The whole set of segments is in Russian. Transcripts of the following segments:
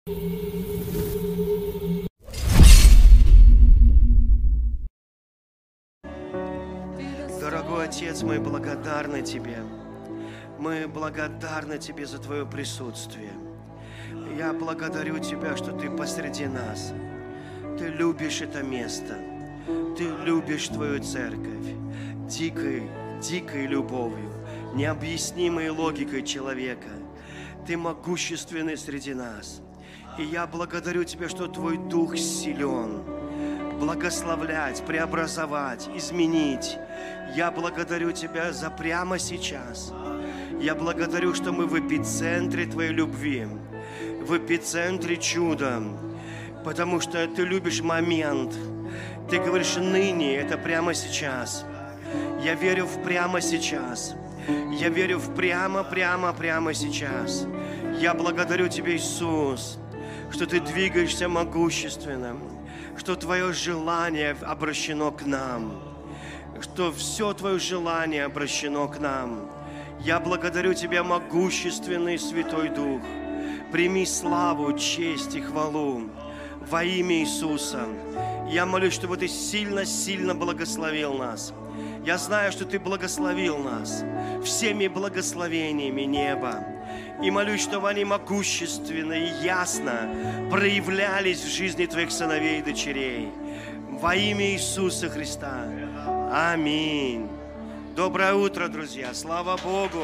Дорогой Отец, мы благодарны Тебе. Мы благодарны Тебе за Твое присутствие. Я благодарю Тебя, что Ты посреди нас. Ты любишь это место. Ты любишь Твою церковь дикой любовью, необъяснимой логикой человека. Ты могущественный среди нас. И я благодарю Тебя, что Твой Дух силен благословлять, преобразовать, изменить. Я благодарю Тебя за прямо сейчас. Я благодарю, что мы в эпицентре Твоей любви, в эпицентре чуда, потому что Ты любишь момент. Ты говоришь, ныне, это прямо сейчас. Я верю в прямо сейчас. Я верю в прямо сейчас. Я благодарю Тебя, Иисус, что Ты двигаешься могущественно, что Твое желание обращено к нам, что все Твое желание обращено к нам. Я благодарю Тебя, могущественный Святой Дух. Прими славу, честь и хвалу во имя Иисуса. Я молюсь, чтобы Ты сильно благословил нас. Я знаю, что Ты благословил нас всеми благословениями неба. И молюсь, чтобы они могущественно и ясно проявлялись в жизни Твоих сыновей и дочерей. Во имя Иисуса Христа. Аминь. Доброе утро, друзья. Слава Богу.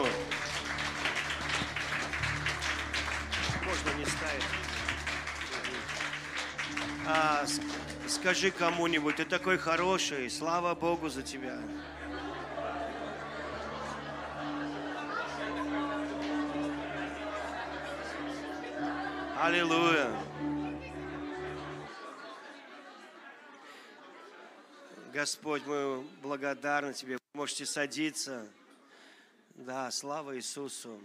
Можно не ставить. Скажи кому-нибудь, ты такой хороший. Слава Богу за тебя. Аллилуйя. Господь, мы благодарны Тебе. Вы можете садиться. Да, слава Иисусу.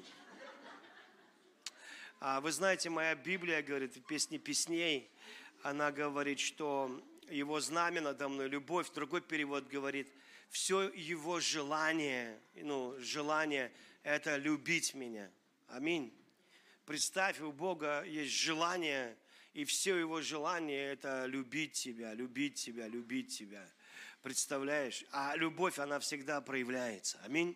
Вы знаете, моя Библия говорит, в Песне Песней, она говорит, что Его знамя надо мной, любовь. Другой перевод говорит, все Его желание, желание – это любить меня. Аминь. Представь, у Бога есть желание, и все Его желание – это любить тебя, любить тебя, любить тебя. Представляешь? А любовь, она всегда проявляется. Аминь.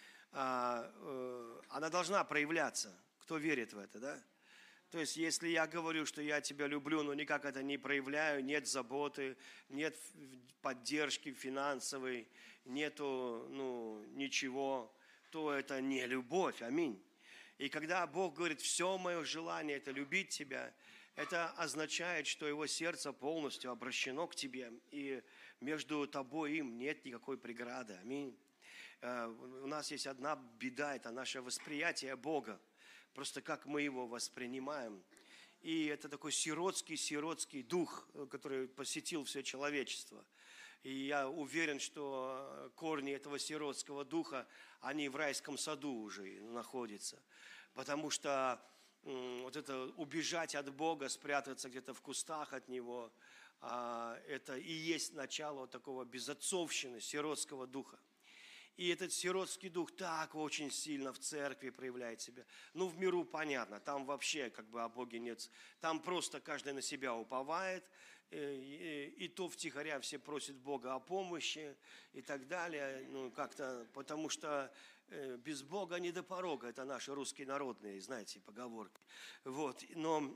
Она должна проявляться. Кто верит в это, да? То есть, если я говорю, что я тебя люблю, но никак это не проявляю, нет заботы, нет поддержки финансовой, нету, ничего, то это не любовь. Аминь. И когда Бог говорит, все мое желание – это любить тебя, это означает, что Его сердце полностью обращено к тебе, и между тобой и им нет никакой преграды. Аминь. У нас есть одна беда – это наше восприятие Бога, просто как мы Его воспринимаем. И это такой сиротский дух, который посетил все человечество. И я уверен, что корни этого сиротского духа, они в райском саду уже находятся. Потому что вот это убежать от Бога, спрятаться где-то в кустах от Него, это и есть начало вот такого безотцовщины, сиротского духа. И этот сиротский дух так очень сильно в церкви проявляет себя. В миру понятно, там вообще о Боге нет. Там просто каждый на себя уповает, и то втихаря все просят Бога о помощи и так далее. Потому что без Бога не до порога. Это наши русские народные, знаете, поговорки. Но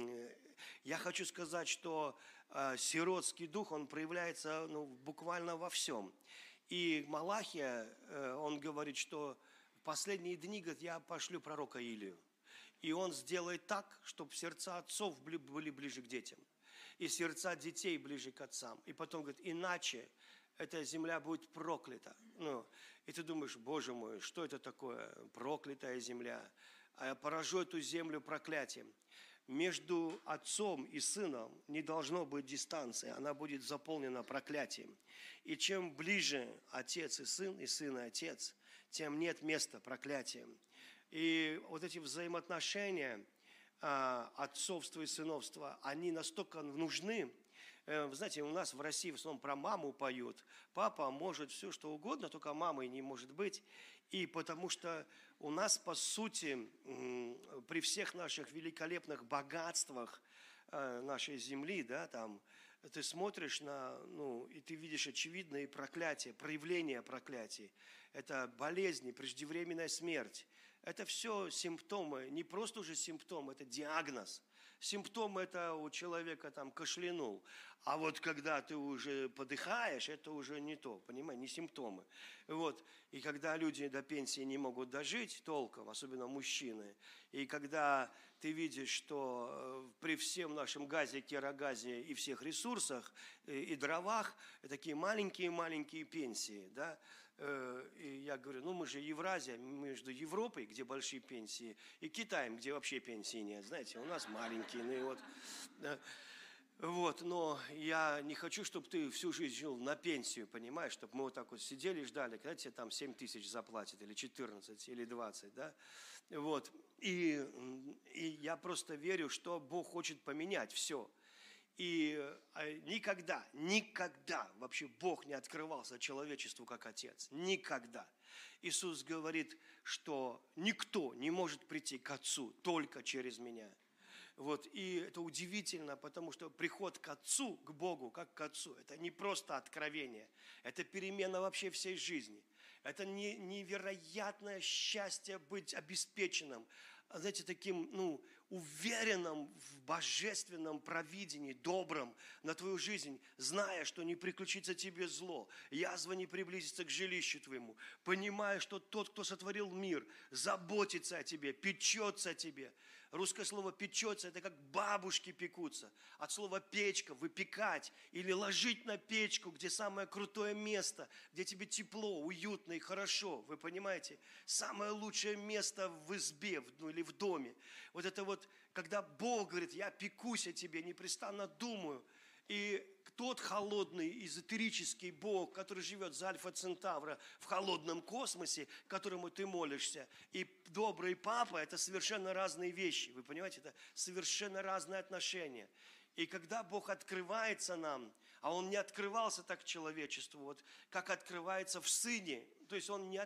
я хочу сказать, что сиротский дух, он проявляется буквально во всем. И Малахия, он говорит, что в последние дни, говорит, я пошлю пророка Илию. И он сделает так, чтобы сердца отцов были ближе к детям. И сердца детей ближе к отцам. И потом говорит, иначе эта земля будет проклята. И ты думаешь, Боже мой, что это такое? Проклятая земля. А я поражу эту землю проклятием. Между отцом и сыном не должно быть дистанции, она будет заполнена проклятием. И чем ближе отец и сын и отец, тем нет места проклятиям. И вот эти взаимоотношения отцовства и сыновства, они настолько нужны, Вы знаете, у нас в России в основном про маму поют. Папа может все, что угодно, только мамой не может быть. И потому что у нас, по сути, при всех наших великолепных богатствах нашей земли, да, там, ты смотришь и ты видишь очевидные проклятия, проявления проклятий. Это болезни, преждевременная смерть. Это все симптомы, не просто уже симптомы, это диагноз. Симптомы это у человека там кашлянул. А вот когда ты уже подыхаешь, это уже не то, понимаешь, не симптомы. Вот. И когда люди до пенсии не могут дожить толком, особенно мужчины, и когда ты видишь, что при всем нашем газе, керогазе и всех ресурсах, и дровах, такие маленькие-маленькие пенсии, да, и я говорю, мы же Евразия, между Европой, где большие пенсии, и Китаем, где вообще пенсии нет. Знаете, у нас маленькие. Но я не хочу, чтобы ты всю жизнь жил на пенсию, понимаешь, чтобы мы вот так вот сидели и ждали, когда тебе там 7 тысяч заплатят, или 14, или 20, да. Вот. И я просто верю, что Бог хочет поменять все. И никогда вообще Бог не открывался человечеству как Отец. Никогда. Иисус говорит, что никто не может прийти к Отцу только через меня. Вот, и это удивительно, потому что приход к Отцу, к Богу, как к Отцу, это не просто откровение, это перемена вообще всей жизни. Это невероятное счастье быть обеспеченным, знаете, таким, уверенным в божественном провидении, добром на твою жизнь, зная, что не приключится тебе зло, язва не приблизится к жилищу твоему, понимая, что тот, кто сотворил мир, заботится о тебе, печется о тебе. Русское слово «печется» – это как бабушки пекутся. От слова «печка» – выпекать или ложить на печку, где самое крутое место, где тебе тепло, уютно и хорошо. Вы понимаете? Самое лучшее место в избе или в доме. Вот это вот, когда Бог говорит, я пекусь о тебе, непрестанно думаю. И тот холодный, эзотерический Бог, который живет за Альфа Центавра в холодном космосе, которому ты молишься, и добрый папа – это совершенно разные вещи. Вы понимаете, это совершенно разные отношения. И когда Бог открывается нам, а Он не открывался так человечеству, вот как открывается в Сыне, то есть Он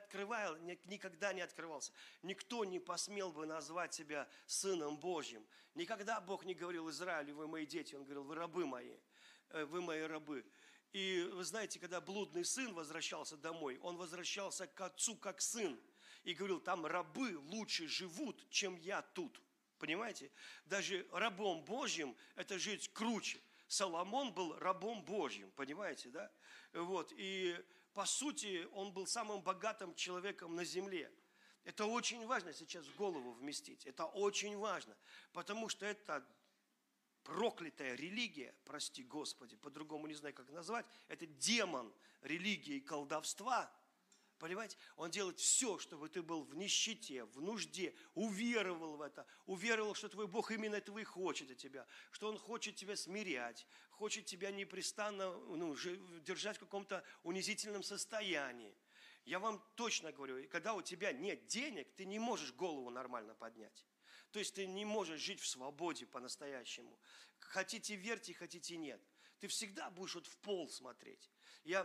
никогда не открывался. Никто не посмел бы назвать себя Сыном Божьим. Никогда Бог не говорил Израилю, вы мои дети, Он говорил, вы рабы мои. Вы мои рабы. И вы знаете, когда блудный сын возвращался домой, он возвращался к отцу как сын. И говорил, там рабы лучше живут, чем я тут. Понимаете? Даже рабом Божьим это жить круче. Соломон был рабом Божьим, понимаете, да? Вот. И по сути он был самым богатым человеком на земле. Это очень важно сейчас в голову вместить. Это очень важно, потому что это проклятая религия, прости Господи, по-другому не знаю, как назвать, это демон религии и колдовства, понимаете? Он делает все, чтобы ты был в нищете, в нужде, уверовал в это, уверовал, что твой Бог именно этого и хочет от тебя, что Он хочет тебя смирять, хочет тебя непрестанно держать в каком-то унизительном состоянии. Я вам точно говорю, когда у тебя нет денег, ты не можешь голову нормально поднять. То есть ты не можешь жить в свободе по-настоящему. Хотите верьте, хотите нет. Ты всегда будешь вот в пол смотреть. Я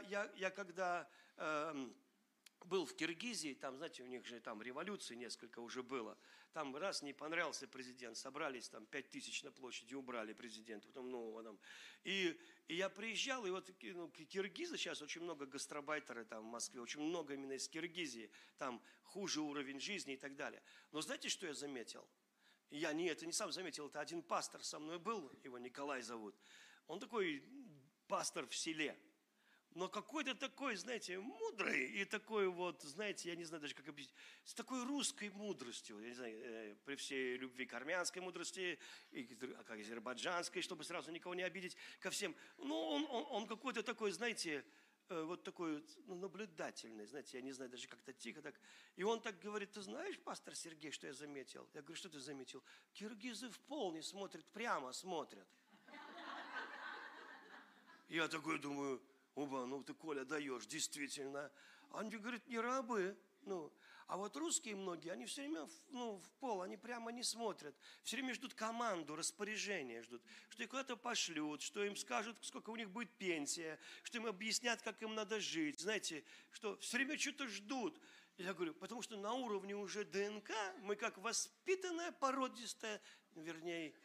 когда был в Киргизии, там, знаете, у них же там революции несколько уже было. Там раз не понравился президент, собрались там 5000 на площади, убрали президента. Потом, И я приезжал, и вот киргизы сейчас очень много гастробайтеры там в Москве, очень много именно из Киргизии, там хуже уровень жизни и так далее. Но знаете, что я заметил? Я это не сам заметил, это один пастор со мной был, его Николай зовут. Он такой пастор в селе. Но какой-то такой, знаете, мудрый и такой вот, знаете, я не знаю даже как объяснить, с такой русской мудростью, я не знаю, при всей любви к армянской мудрости, и к азербайджанской, чтобы сразу никого не обидеть, ко всем. Он какой-то такой, знаете, вот такой наблюдательный, знаете, я не знаю, даже как-то тихо так. И он так говорит, ты знаешь, пастор Сергей, что я заметил? Я говорю, что ты заметил? Киргизы в пол не смотрят, прямо смотрят. Я такой думаю... Оба, ты, Коля, даешь, действительно. А они говорят, не рабы. А вот русские многие, они все время в пол, они прямо не смотрят. Все время ждут команду, распоряжение ждут. Что их куда-то пошлют, что им скажут, сколько у них будет пенсия, что им объяснят, как им надо жить. Знаете, что все время что-то ждут. Я говорю, потому что на уровне уже ДНК мы как воспитанная, породистая, вернее,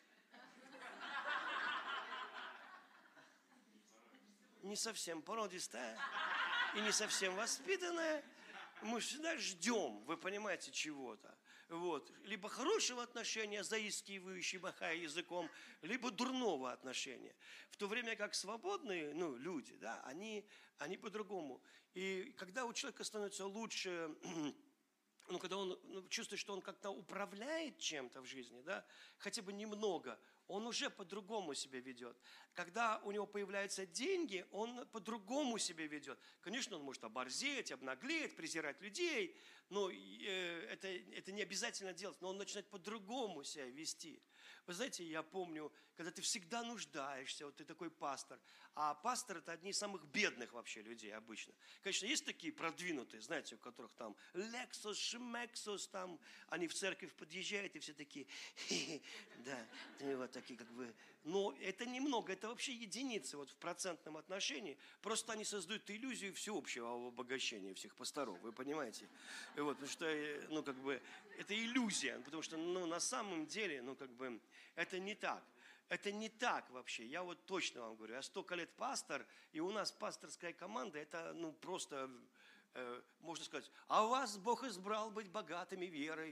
не совсем породистая и не совсем воспитанная, мы всегда ждем, вы понимаете, чего-то. Вот. Либо хорошего отношения, заискивающий, махая языком, либо дурного отношения. В то время как свободные люди, да, они по-другому. И когда у человека становится лучше, когда он чувствует, что он как-то управляет чем-то в жизни, да, хотя бы немного, он уже по-другому себя ведет. Когда у него появляются деньги, он по-другому себя ведет. Конечно, он может оборзеть, обнаглеть, презирать людей, но это не обязательно делать, но он начинает по-другому себя вести. Вы знаете, я помню, когда ты всегда нуждаешься, вот ты такой пастор, а пастор – это одни из самых бедных вообще людей обычно. Конечно, есть такие продвинутые, знаете, у которых там Lexus, Шмексус, там они в церковь подъезжают и все такие, да, вот такие как бы. Но это немного, это вообще единицы вот в процентном отношении. Просто они создают иллюзию всеобщего обогащения всех пасторов, вы понимаете? И вот, потому что, это иллюзия, потому что, на самом деле, это не так. Это не так вообще, я вот точно вам говорю. Я столько лет пастор, и у нас пасторская команда, это, просто, можно сказать, а вас Бог избрал быть богатыми верой.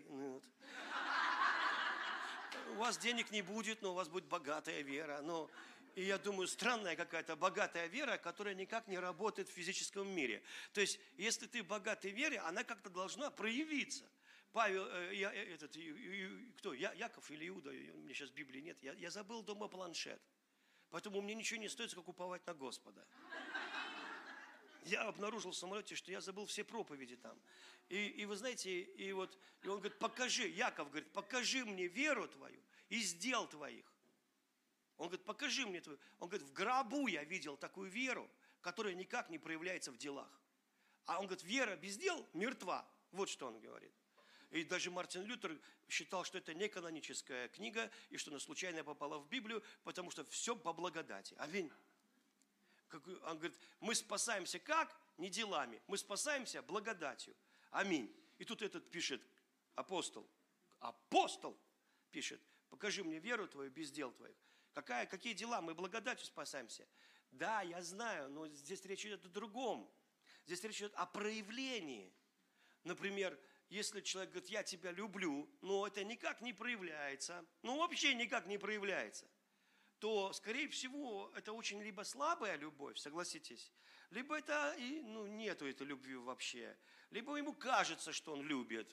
У вас денег не будет, но у вас будет богатая вера. И я думаю, странная какая-то богатая вера, которая никак не работает в физическом мире. То есть, если ты в богатой вере, она как-то должна проявиться. Павел, Яков или Иуда, у меня сейчас Библии нет, я забыл дома планшет. Поэтому мне ничего не стоит, как уповать на Господа. Я обнаружил в самолете, что я забыл все проповеди там. И вы знаете, и он говорит, Яков говорит, покажи мне веру твою из дел твоих. Он говорит, покажи мне твою. Он говорит, в гробу я видел такую веру, которая никак не проявляется в делах. А он говорит, вера без дел мертва. Вот что он говорит. И даже Мартин Лютер считал, что это не каноническая книга, и что она случайно попала в Библию, потому что все по благодати. Аминь. Он говорит, мы спасаемся как? Не делами. Мы спасаемся благодатью. Аминь. И тут этот пишет, апостол пишет, покажи мне веру твою без дел твоих. Какие дела? Мы благодатью спасаемся. Да, я знаю, но здесь речь идет о другом. Здесь речь идет о проявлении. Например, если человек говорит, я тебя люблю, но это никак не проявляется, вообще никак не проявляется, то, скорее всего, это очень либо слабая любовь, согласитесь, либо это нету этой любви вообще, либо ему кажется, что он любит,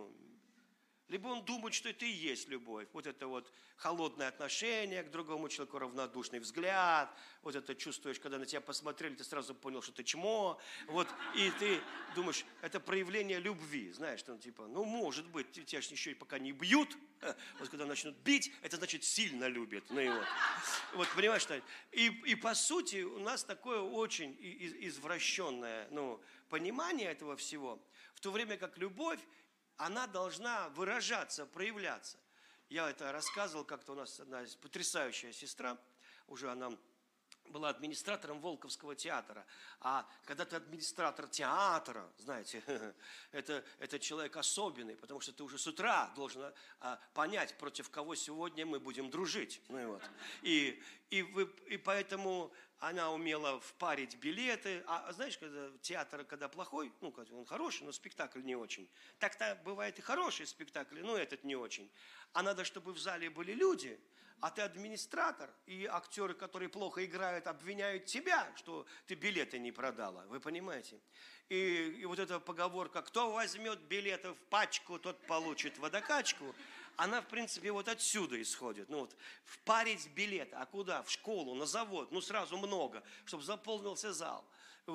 либо он думает, что это и есть любовь. Вот это вот холодное отношение к другому человеку, равнодушный взгляд. Вот это чувствуешь, когда на тебя посмотрели, ты сразу понял, что ты чмо. Вот, и ты думаешь, это проявление любви. Знаешь, может быть, тебя же еще и пока не бьют. Вот когда начнут бить, это значит сильно любят. Вот понимаешь, что? И по сути у нас такое очень извращенное понимание этого всего. В то время как любовь, она должна выражаться, проявляться. Я это рассказывал, как-то у нас одна потрясающая сестра, уже она была администратором Волковского театра. А когда ты администратор театра, знаете, это человек особенный, потому что ты уже с утра должен понять, против кого сегодня мы будем дружить. И поэтому она умела впарить билеты. А знаешь, когда театр, когда плохой, он хороший, но спектакль не очень. Так-то бывает и хороший спектакль, но этот не очень. А надо, чтобы в зале были люди, а ты администратор, и актеры, которые плохо играют, обвиняют тебя, что ты билеты не продала. Вы понимаете? И вот эта поговорка, кто возьмет билеты в пачку, тот получит водокачку, она, в принципе, вот отсюда исходит. Впарить билеты. А куда? В школу, на завод. Сразу много, чтобы заполнился зал.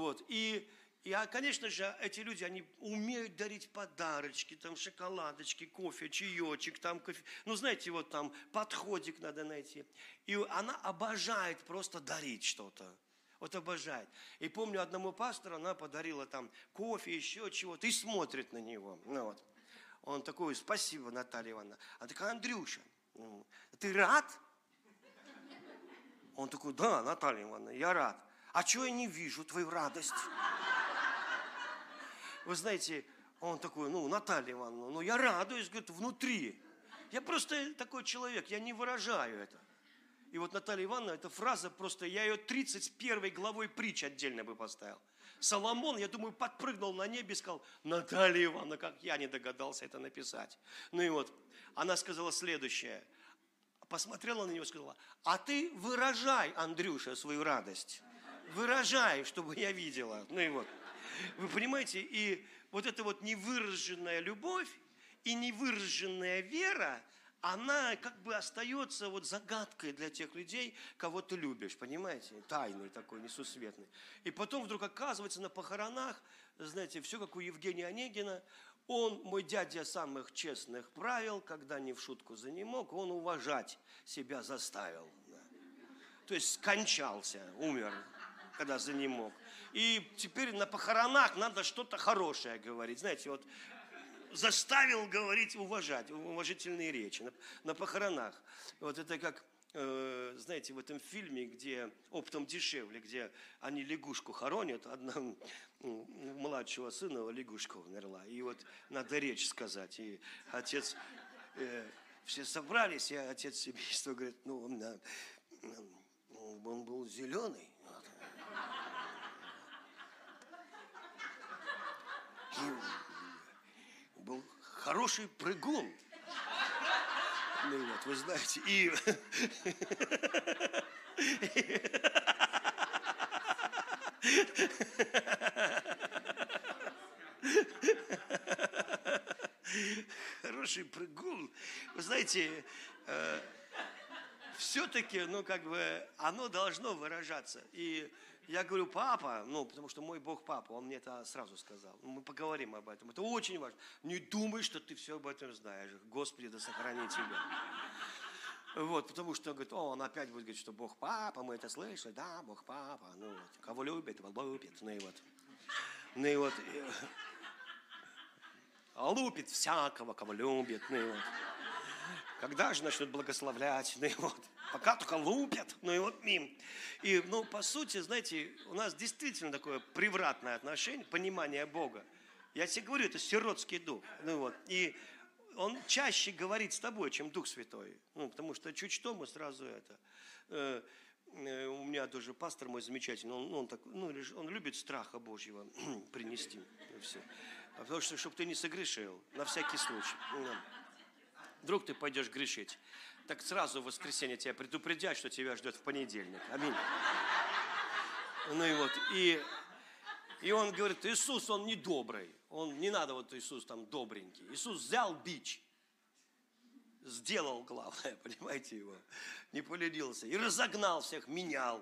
Конечно же, эти люди, они умеют дарить подарочки, там шоколадочки, кофе, чаечек, там кофе. Знаете, вот там подходик надо найти. И она обожает просто дарить что-то. Вот обожает. И помню, одному пастору она подарила там кофе, еще чего-то, и смотрит на него. Ну, вот. Он такой: спасибо, Наталья Ивановна. Она такая: Андрюша, ты рад? Он такой: да, Наталья Ивановна, я рад. А чего я не вижу твою радость? Вы знаете, он такой: Наталья Ивановна, я радуюсь, говорит, внутри. Я просто такой человек, я не выражаю это. И вот Наталья Ивановна, эта фраза просто, я ее 31 главой притч отдельно бы поставил. Соломон, я думаю, подпрыгнул на небе и сказал: Наталья Ивановна, как я не догадался это написать. Ну и вот, она сказала следующее. Посмотрела на него и сказала: а ты выражай, Андрюша, свою радость. Выражай, чтобы я видела. Ну и вот. Вы понимаете, и вот эта вот невыраженная любовь и невыраженная вера, она как бы остается вот загадкой для тех людей, кого ты любишь, понимаете? Тайный такой, несусветный. И потом вдруг оказывается на похоронах, знаете, все как у Евгения Онегина. Он, мой дядя самых честных правил, когда не в шутку занемог, он уважать себя заставил. Да. То есть скончался, умер, когда занемог. И теперь на похоронах надо что-то хорошее говорить. Знаете, вот заставил говорить, уважать, уважительные речи на похоронах. Вот это как, знаете, в этом фильме, где «Оптом дешевле», где они лягушку хоронят, одна младшего сына лягушка умерла. И вот надо речь сказать. И отец, все собрались, и отец семейства говорит: он был зеленый. Был хороший прыгун. Ну вот, вы знаете, и... Хороший прыгун. Вы знаете, все-таки, оно должно выражаться. И я говорю: папа, потому что мой Бог папа, он мне это сразу сказал. Мы поговорим об этом. Это очень важно. Не думай, что ты все об этом знаешь. Господи, да сохрани тебя. Вот, потому что он говорит: он опять будет говорить, что Бог папа, мы это слышали, да, Бог папа. Кого любит, его лупит. Лупит всякого, кого любит. Когда же начнут благословлять? Пока только лупят. Мим. И, по сути, знаете, у нас действительно такое превратное отношение, понимание Бога. Я тебе говорю, это сиротский дух. И он чаще говорит с тобой, чем Дух Святой. Потому что чуть что мы сразу это... У меня тоже пастор мой замечательный, он любит страха Божьего принести. Все. Потому что, чтобы ты не согрешил, на всякий случай. Вдруг ты пойдешь грешить, так сразу в воскресенье тебя предупредят, что тебя ждет в понедельник. Аминь. И он говорит: Иисус, он не добрый. Не надо Иисус там добренький. Иисус взял бич, сделал главное, понимаете его, не поленился, и разогнал всех, менял.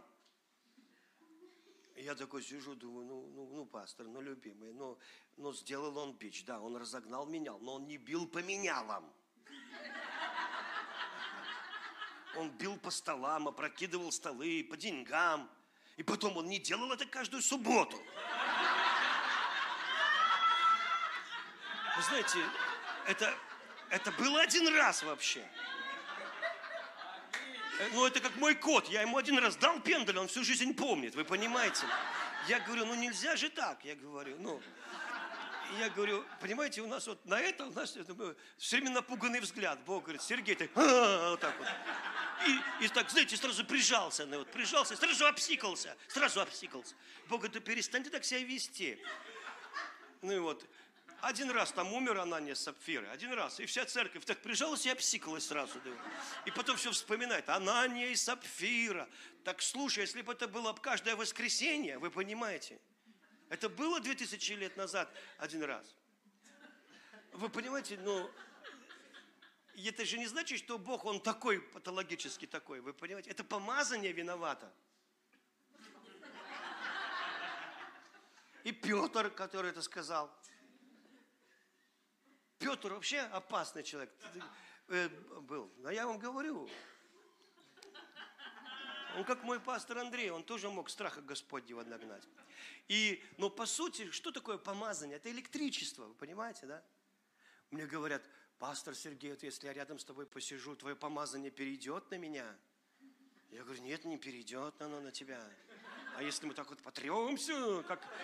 И я такой сижу, думаю, пастор, любимый, сделал он бич, да, он разогнал, менял, но он не бил по менялам. Он бил по столам, опрокидывал столы, по деньгам. И потом он не делал это каждую субботу. Вы знаете, это было один раз вообще. Это как мой кот. Я ему один раз дал пендель, он всю жизнь помнит. Вы понимаете? Я говорю: так же так. Я говорю, понимаете, у нас на это все время напуганный взгляд. Бог говорит: Сергей, ты вот так вот. И так, знаете, сразу прижался, сразу обсикался. Бог говорит: перестань ты так себя вести. Один раз там умер Анания с Сапфирой, один раз, и вся церковь так прижалась и обсикалась сразу. И потом все вспоминает: Анания и Сапфира. Так слушай, если бы это было каждое воскресенье, вы понимаете, это было 2000 лет назад один раз. Вы понимаете, это же не значит, что Бог, он такой, патологически такой, вы понимаете? Это помазание виновато. И Петр, который это сказал. Петр вообще опасный человек был. Но я вам говорю. Он как мой пастор Андрей, он тоже мог страха Господнего нагнать. Но по сути, что такое помазание? Это электричество, вы понимаете, да? Мне говорят, пастор Сергей, вот если я рядом с тобой посижу, твое помазание перейдет на меня? Я говорю, нет, не перейдет оно на тебя. А если мы так вот потремся,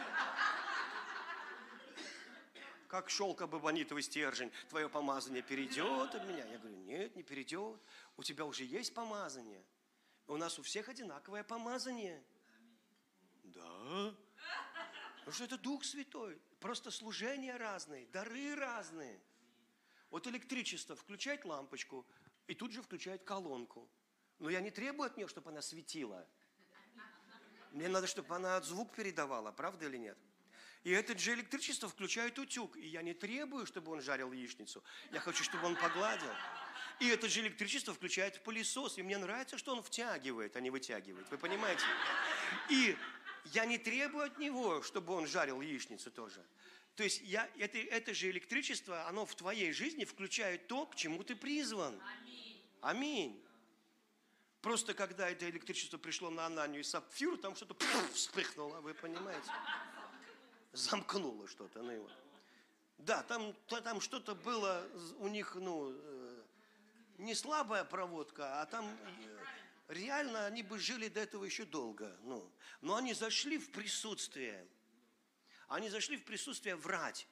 как шелкобобонитовый стержень, твое помазание перейдет от меня? Я говорю, нет, не перейдет. У тебя уже есть помазание. У нас у всех одинаковое помазание. Да. Потому что это Дух Святой. Просто служения разные, дары разные. Вот электричество, включает лампочку, и тут же включает колонку. Но я не требую от нее, чтобы она светила. Мне надо, чтобы она звук передавала, правда или нет? И это же электричество включает утюг. И я не требую, чтобы он жарил яичницу. Я хочу, чтобы он погладил. И это же электричество включает пылесос. И мне нравится, что он втягивает, а не вытягивает. Вы понимаете? И я не требую от него, чтобы он жарил яичницу тоже. То есть это же электричество, оно в твоей жизни включает то, к чему ты призван. Аминь. Просто когда это электричество пришло на Ананию и Сапфиру, там что-то вспыхнуло, вы понимаете? Замкнуло что-то. Да, там что-то было у них, не слабая проводка, а там реально они бы жили до этого еще долго. Но они зашли в присутствие. Они зашли в присутствие врать.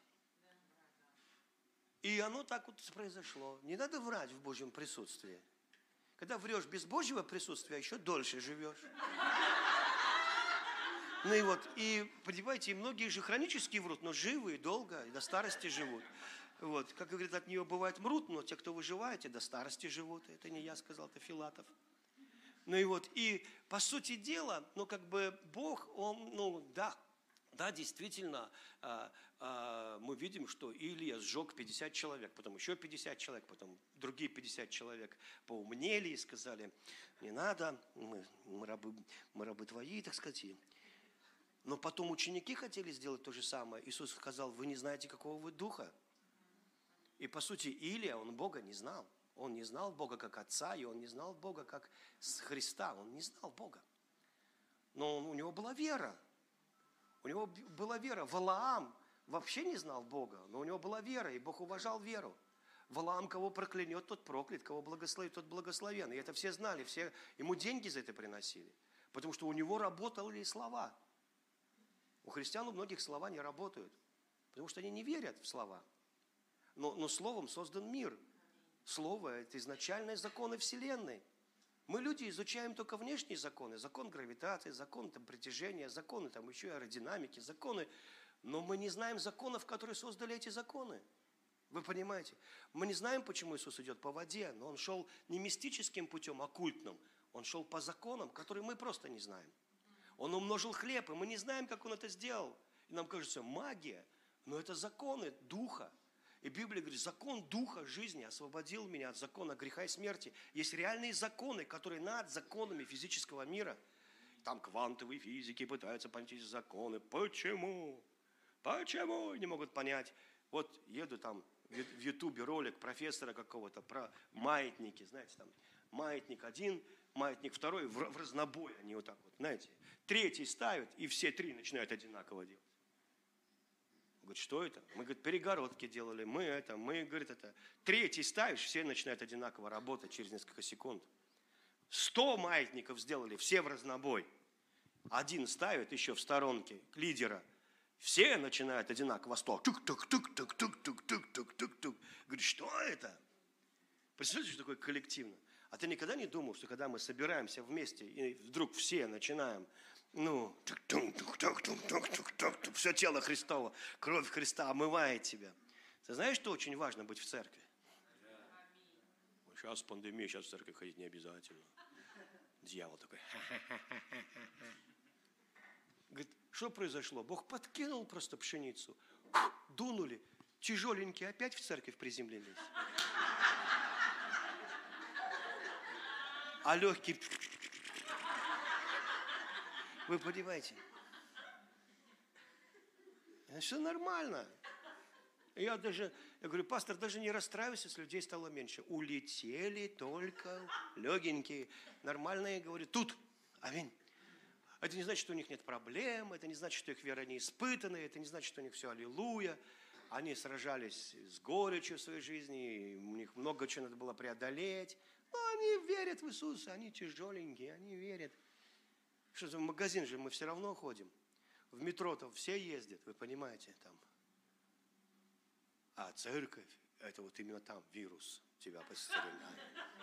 И оно так вот произошло. Не надо врать в Божьем присутствии. Когда врешь без Божьего присутствия, еще дольше живешь. И понимаете, многие же хронически врут, но живы и долго, и до старости живут. Как говорят, от нее бывает мрут, но те, кто выживает, и до старости живут. Это не я сказал, это Филатов. И по сути дела, Бог, Он, да, действительно, мы видим, что Илия сжег 50 человек, потом еще 50 человек, потом другие 50 человек поумнели и сказали, не надо, мы рабы твои, так сказать. Но потом ученики хотели сделать то же самое. Иисус сказал, вы не знаете, какого вы духа. И по сути Илия, он Бога не знал. Он не знал Бога как Отца, и он не знал Бога как Христа. Он не знал Бога. Но у него была вера. У него была вера. Валаам вообще не знал Бога, но у него была вера, и Бог уважал веру. Валаам, кого проклянет, тот проклят, кого благословит, тот благословен. И это все знали, все ему деньги за это приносили. Потому что у него работали слова. У христиан у многих слова не работают, потому что они не верят в слова. Но словом создан мир. Слово – это изначальные законы Вселенной. Мы, люди, изучаем только внешние законы. Закон гравитации, закон притяжения, законы еще аэродинамики, законы. Но мы не знаем законов, которые создали эти законы. Вы понимаете? Мы не знаем, почему Иисус идет по воде, но Он шел не мистическим путем, оккультным. Он шел по законам, которые мы просто не знаем. Он умножил хлеб, и мы не знаем, как Он это сделал. И нам кажется, магия, но это законы Духа. И Библия говорит, закон Духа жизни освободил меня от закона греха и смерти. Есть реальные законы, которые над законами физического мира. Там квантовые физики пытаются понять эти законы. Почему? Почему? Не могут понять. Вот еду там в Ютубе ролик профессора какого-то про маятники. Знаете, там маятник один, маятник второй, в разнобой они вот так вот, знаете. Третий ставят, и все три начинают одинаково делать. Говорит, что это? Мы, говорит, перегородки делали, мы, говорит, это. Третий ставишь, все начинают одинаково работать через несколько секунд. 100 маятников сделали, все в разнобой. Один ставит еще в сторонке лидера. Все начинают одинаково 100. Тук-тук-тук-тук-тук-тук-тук-тук-тук. Говорит, что это? Представляете, что такое коллективно? А ты никогда не думал, что когда мы собираемся вместе, и вдруг все начинаем, все тело Христово, кровь Христа омывает тебя. Ты знаешь, что очень важно быть в церкви? Сейчас пандемия, сейчас в церковь ходить не обязательно. Дьявол такой. Говорит, что произошло? Бог подкинул просто пшеницу. Дунули. Тяжеленькие опять в церковь приземлились. А легкие... Вы понимаете? Все нормально. Я говорю, пастор, даже не расстраивайся, если людей стало меньше. Улетели только легенькие. Нормальные, говорю, тут Аминь. Это не значит, что у них нет проблем, это не значит, что их вера не испытанная, это не значит, что у них все аллилуйя. Они сражались с горечью в своей жизни, и у них много чего надо было преодолеть. Но они верят в Иисуса, они тяжеленькие, они верят. Что в магазин же мы все равно ходим. В метро-то все ездят, вы понимаете, там. А церковь, это вот именно там вирус тебя подстерегает.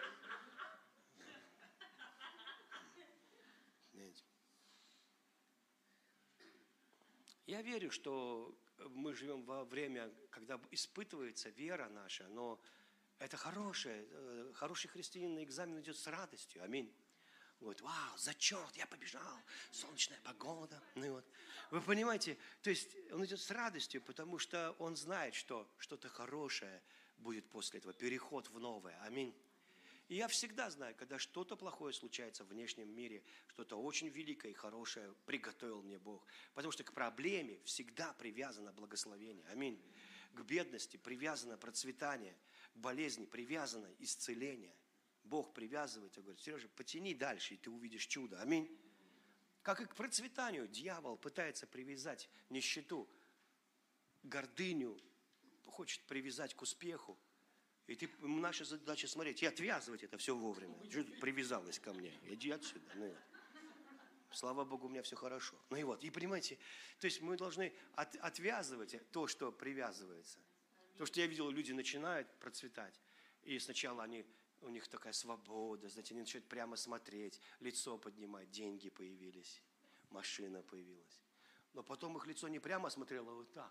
Я верю, что мы живем во время, когда испытывается вера наша, но это хороший христианин на экзамен идет с радостью. Аминь. Говорит, вау, зачет, я побежал, солнечная погода. Ну, вот. Вы понимаете, то есть он идет с радостью, потому что он знает, что что-то хорошее будет после этого, переход в новое. Аминь. И я всегда знаю, когда что-то плохое случается в внешнем мире, что-то очень великое и хорошее приготовил мне Бог. Потому что к проблеме всегда привязано благословение. Аминь. К бедности привязано процветание, к болезни привязано исцеление. Бог привязывает и говорит, Сережа, потяни дальше, и ты увидишь чудо. Аминь. Как и к процветанию дьявол пытается привязать нищету, гордыню, хочет привязать к успеху. И наша задача смотреть и отвязывать это все вовремя. Что тут привязалось ко мне? Иди отсюда. Ну, слава Богу, у меня все хорошо. Ну и вот, и понимаете, то есть мы должны отвязывать то, что привязывается. То, что я видел, люди начинают процветать. И сначала у них такая свобода, знаете, они начинают прямо смотреть, лицо поднимать, деньги появились, машина появилась. Но потом их лицо не прямо смотрело, а вот так.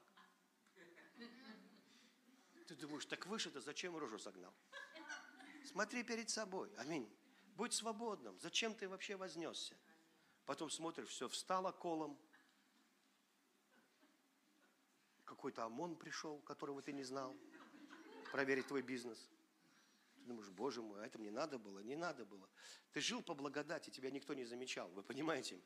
Ты думаешь, так выше-то зачем рожу согнал? Смотри перед собой. Аминь. Будь свободным. Зачем ты вообще вознесся? Потом смотришь, все встало колом. Какой-то ОМОН пришел, которого ты не знал. Проверить твой бизнес. Ты думаешь, боже мой, а это мне надо было? Не надо было. Ты жил по благодати, тебя никто не замечал. Вы понимаете?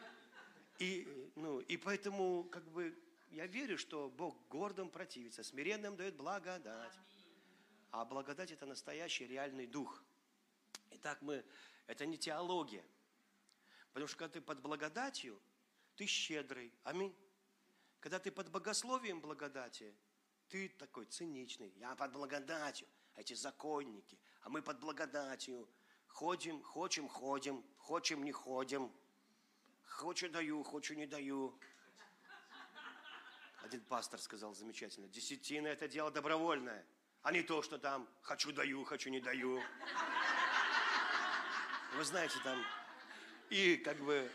И поэтому, как бы, я верю, что Бог гордым противится, смиренным дает благодать. А благодать – это настоящий реальный дух. Итак, это не теология. Потому что когда ты под благодатью, ты щедрый. Аминь. Когда ты под богословием благодати, ты такой циничный. Я под благодатью. А эти законники. А мы под благодатью. Ходим, хочем, не ходим. Хочу даю, хочу не даю. Один пастор сказал замечательно, десятина – это дело добровольное, а не то, что там хочу даю, хочу не даю. Вы знаете, там и как бы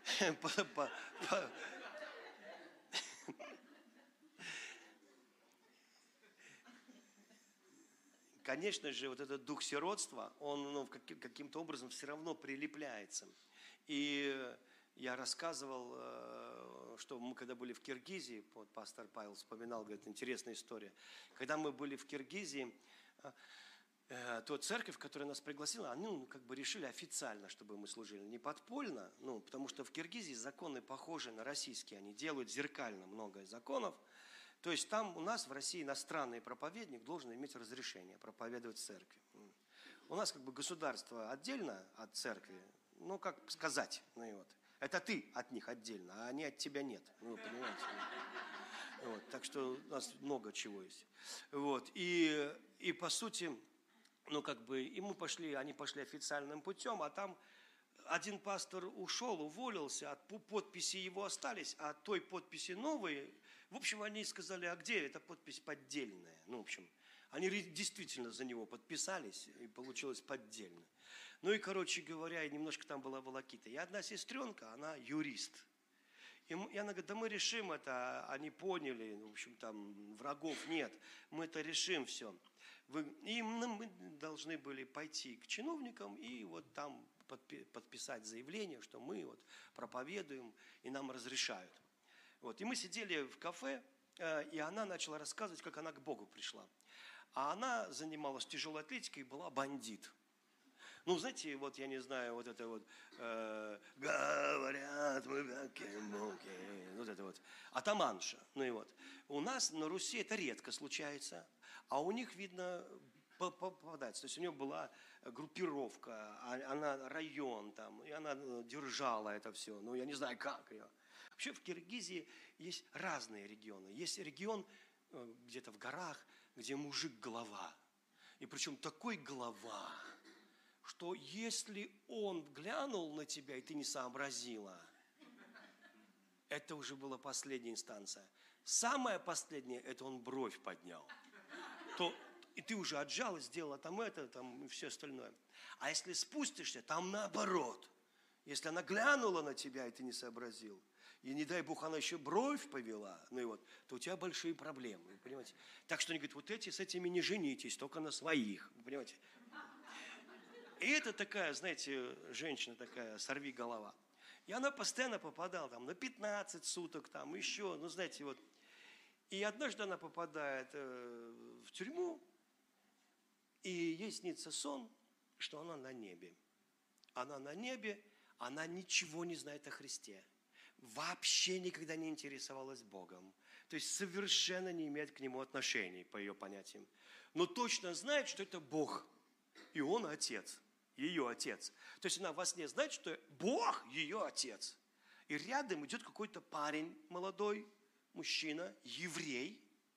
конечно же, вот этот дух сиротства, он каким-то образом все равно прилепляется. И я рассказывал, что мы когда были в Киргизии, вот пастор Павел вспоминал, говорит, интересная история. Когда мы были в Киргизии, то церковь, которая нас пригласила, они как бы решили официально, чтобы мы служили, не подпольно, потому что в Киргизии законы похожи на российские, они делают зеркально много законов. То есть там у нас в России иностранный проповедник должен иметь разрешение проповедовать в церкви. У нас как бы государство отдельно от церкви, как сказать, Это ты от них отдельно, а они от тебя нет. Вы понимаете? Так что у нас много чего есть. И по сути, и они пошли официальным путем, а там один пастор ушел, уволился, подписи его остались, а той подписи новой, в общем, они сказали, а где эта подпись поддельная? Они действительно за него подписались, и получилось поддельно. Короче говоря, немножко там была волокита. И одна сестренка, она юрист. И она говорит, да мы решим это, они поняли, в общем, там врагов нет, мы это решим все. И мы должны были пойти к чиновникам и вот там подписать заявление, что мы вот проповедуем и нам разрешают. И мы сидели в кафе, и она начала рассказывать, как она к Богу пришла. А она занималась тяжелой атлетикой и была бандит. Знаете, я не знаю, говорят мы как это атаманша. У нас на Руси это редко случается, а у них, видно, попадается. То есть у нее была группировка, она район там, и она держала это все. Ну, я не знаю, как ее. Вообще в Киргизии есть разные регионы. Есть регион где-то в горах, где мужик глава. И причем такой глава, что если он глянул на тебя, и ты не сообразила, это уже была последняя инстанция. Самая последняя, это он бровь поднял. И ты уже отжал, сделала там это, там и все остальное. А если спустишься, там наоборот. Если она глянула на тебя, и ты не сообразил, и не дай Бог, она еще бровь повела, ну и вот, то у тебя большие проблемы, вы понимаете? Так что они говорят, вот эти с этими не женитесь, только на своих, вы понимаете? И это такая, знаете, женщина такая, сорви голова. И она постоянно попадала там на 15 суток, там еще, ну знаете, вот. И однажды она попадает в тюрьму, и ей снится сон, что она на небе. Она на небе, она ничего не знает о Христе. Вообще никогда не интересовалась Богом. То есть совершенно не имеет к Нему отношений, по ее понятиям. Но точно знает, что это Бог. И Он Отец, ее Отец. То есть она во сне знает, что Бог ее Отец. И рядом идет какой-то парень молодой, мужчина, еврей.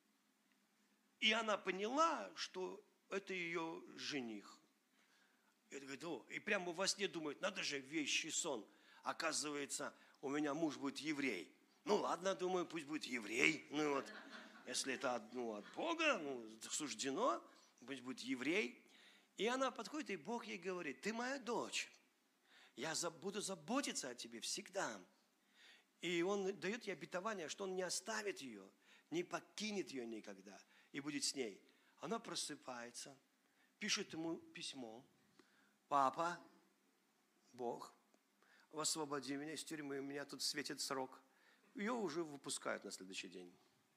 И она поняла, что это ее жених. И говорит, и прямо во сне думает, надо же, вещий сон. Оказывается, у меня муж будет еврей. Ну ладно, думаю, пусть будет еврей. Ну вот, если это от Бога, суждено, пусть будет еврей. И она подходит, и Бог ей говорит, ты моя дочь. Я буду заботиться о тебе всегда. И Он дает ей обетование, что Он не оставит ее, не покинет ее никогда и будет с ней. Она просыпается, пишет ему письмо. Папа, Бог, освободи меня из тюрьмы, у меня тут светит срок. Ее уже выпускают на следующий день.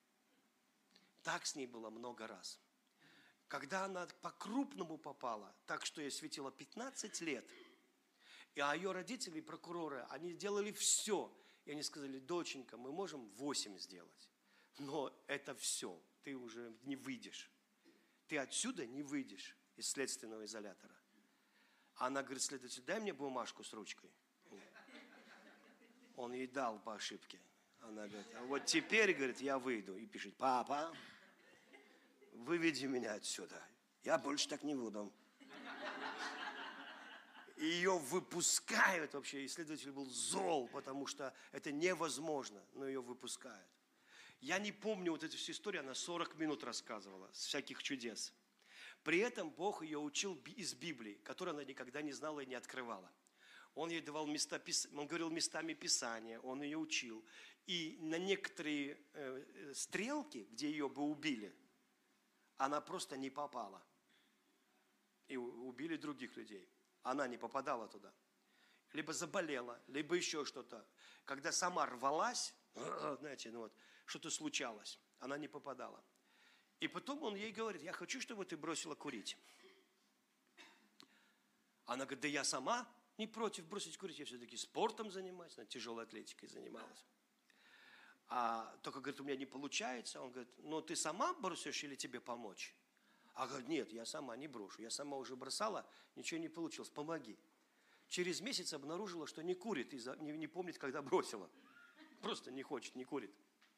Так с ней было много раз. Когда она по-крупному попала, так что ей светило 15 лет, а ее родители, прокуроры, они делали все. И они сказали, доченька, мы можем 8 сделать, но это все, ты уже не выйдешь. Ты отсюда не выйдешь из следственного изолятора. Она говорит, следователь, дай мне бумажку с ручкой. Он ей дал по ошибке. Она говорит, а вот теперь, говорит, я выйду. И пишет, папа, выведи меня отсюда. Я больше так не буду. И ее выпускают вообще. Исследователь был зол, потому что это невозможно, но ее выпускают. Я не помню вот эту всю историю, она 40 минут рассказывала, с всяких чудес. При этом Бог ее учил из Библии, которую она никогда не знала и не открывала. Он ей давал места, он говорил местами Писания, он ее учил. И на некоторые стрелки, где ее бы убили, она просто не попала. И убили других людей. Она не попадала туда. Либо заболела, либо еще что-то. Когда сама рвалась, знаете, ну вот, что-то случалось, она не попадала. И потом он ей говорит, я хочу, чтобы ты бросила курить. Она говорит, да я сама не против бросить курить, я все-таки спортом занимаюсь, тяжелой атлетикой занималась. А только, говорит, у меня не получается. Он говорит, ну ты сама бросишь или тебе помочь? А говорит, нет, я сама не брошу. Я сама уже бросала, ничего не получилось, помоги. Через месяц обнаружила, что не курит, и не помнит, когда бросила. Просто не хочет, не курит.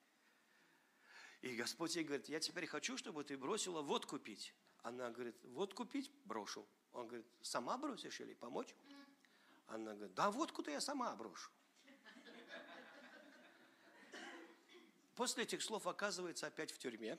И Господь ей говорит, я теперь хочу, чтобы ты бросила водку пить. Она говорит, водку пить брошу. Он говорит, сама бросишь или помочь? Она говорит, да водку-то я сама брошу. После этих слов оказывается опять в тюрьме.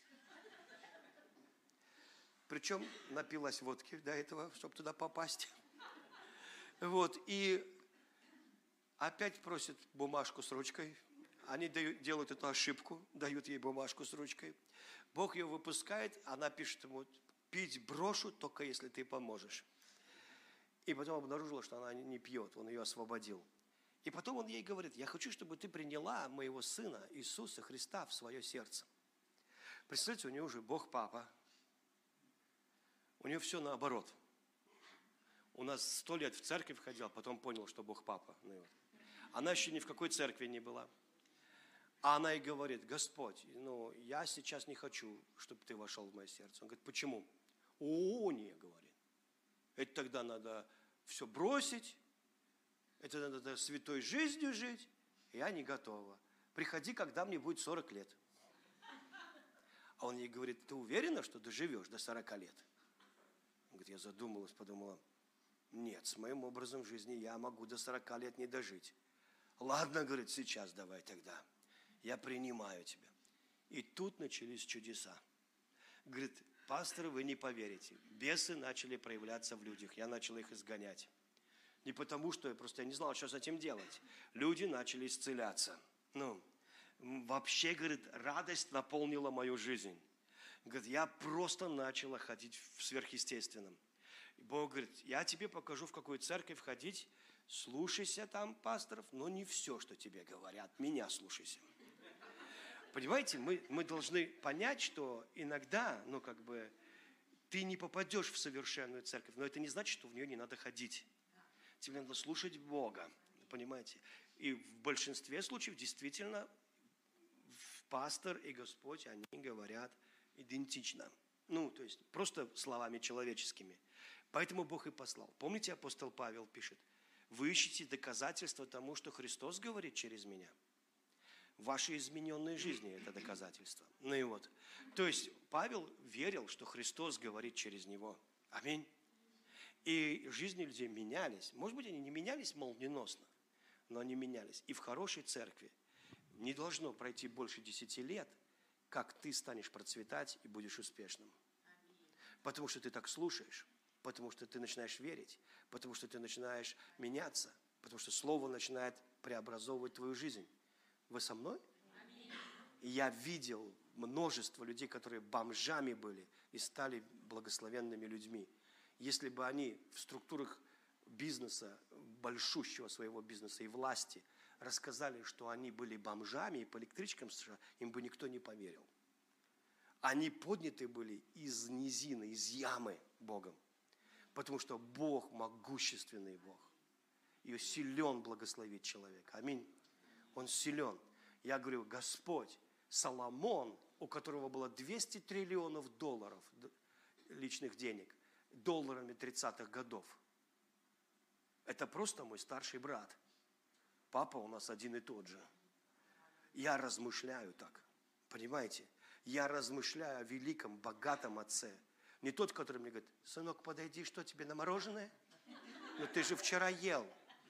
Причем напилась водки до этого, чтобы туда попасть. Вот, и опять просит бумажку с ручкой. Они делают эту ошибку, дают ей бумажку с ручкой. Бог ее выпускает, она пишет ему, пить брошу, только если ты поможешь. И потом обнаружила, что она не пьет, он ее освободил. И потом он ей говорит, я хочу, чтобы ты приняла моего сына Иисуса Христа в свое сердце. Представляете, у нее уже Бог Папа. У нее все наоборот. У нас 100 лет в церковь ходил, потом понял, что Бог Папа. Ну, вот. Она еще ни в какой церкви не была. А она и говорит, Господь, я сейчас не хочу, чтобы ты вошел в мое сердце. Он говорит, почему? О, не, говорит. Это тогда надо все бросить, это надо святой жизнью жить. Я не готова. Приходи, когда мне будет 40 лет. А он ей говорит, ты уверена, что доживешь до 40 лет? Он говорит, я задумалась, подумала, нет, с моим образом жизни я могу до 40 лет не дожить. Ладно, говорит, сейчас давай тогда. Я принимаю тебя. И тут начались чудеса. Говорит, пастор, вы не поверите. Бесы начали проявляться в людях. Я начал их изгонять. Не потому, что я просто не знал, что с этим делать. Люди начали исцеляться. Вообще, говорит, радость наполнила мою жизнь. Говорит, я просто начала ходить в сверхъестественном. И Бог говорит, я тебе покажу, в какую церковь ходить. Слушайся там пасторов, но не все, что тебе говорят. Меня слушайся. Понимаете, мы должны понять, что иногда, ты не попадешь в совершенную церковь, но это не значит, что в нее не надо ходить. Тебе надо слушать Бога, понимаете? И в большинстве случаев действительно пастор и Господь, они говорят идентично. То есть просто словами человеческими. Поэтому Бог и послал. Помните, апостол Павел пишет, вы ищете доказательства тому, что Христос говорит через меня. Ваши измененные жизни – это доказательство. То есть Павел верил, что Христос говорит через него. Аминь. И жизни людей менялись. Может быть, они не менялись молниеносно, но они менялись. И в хорошей церкви не должно пройти больше 10 лет, как ты станешь процветать и будешь успешным. Потому что ты так слушаешь, потому что ты начинаешь верить, потому что ты начинаешь меняться, потому что Слово начинает преобразовывать твою жизнь. Вы со мной? И я видел множество людей, которые бомжами были и стали благословенными людьми. Если бы они в структурах бизнеса, большущего своего бизнеса и власти, рассказали, что они были бомжами и по электричкам США, им бы никто не поверил. Они подняты были из низины, из ямы Богом. Потому что Бог могущественный Бог. И силен благословить человека. Аминь. Он силен. Я говорю, Господь, Соломон, у которого было 200 триллионов долларов личных денег, долларами 30-х годов. Это просто мой старший брат. Папа у нас один и тот же. Я размышляю так. Понимаете? Я размышляю о великом, богатом отце. Не тот, который мне говорит, сынок, подойди, что тебе на мороженое? Ну ты же вчера ел.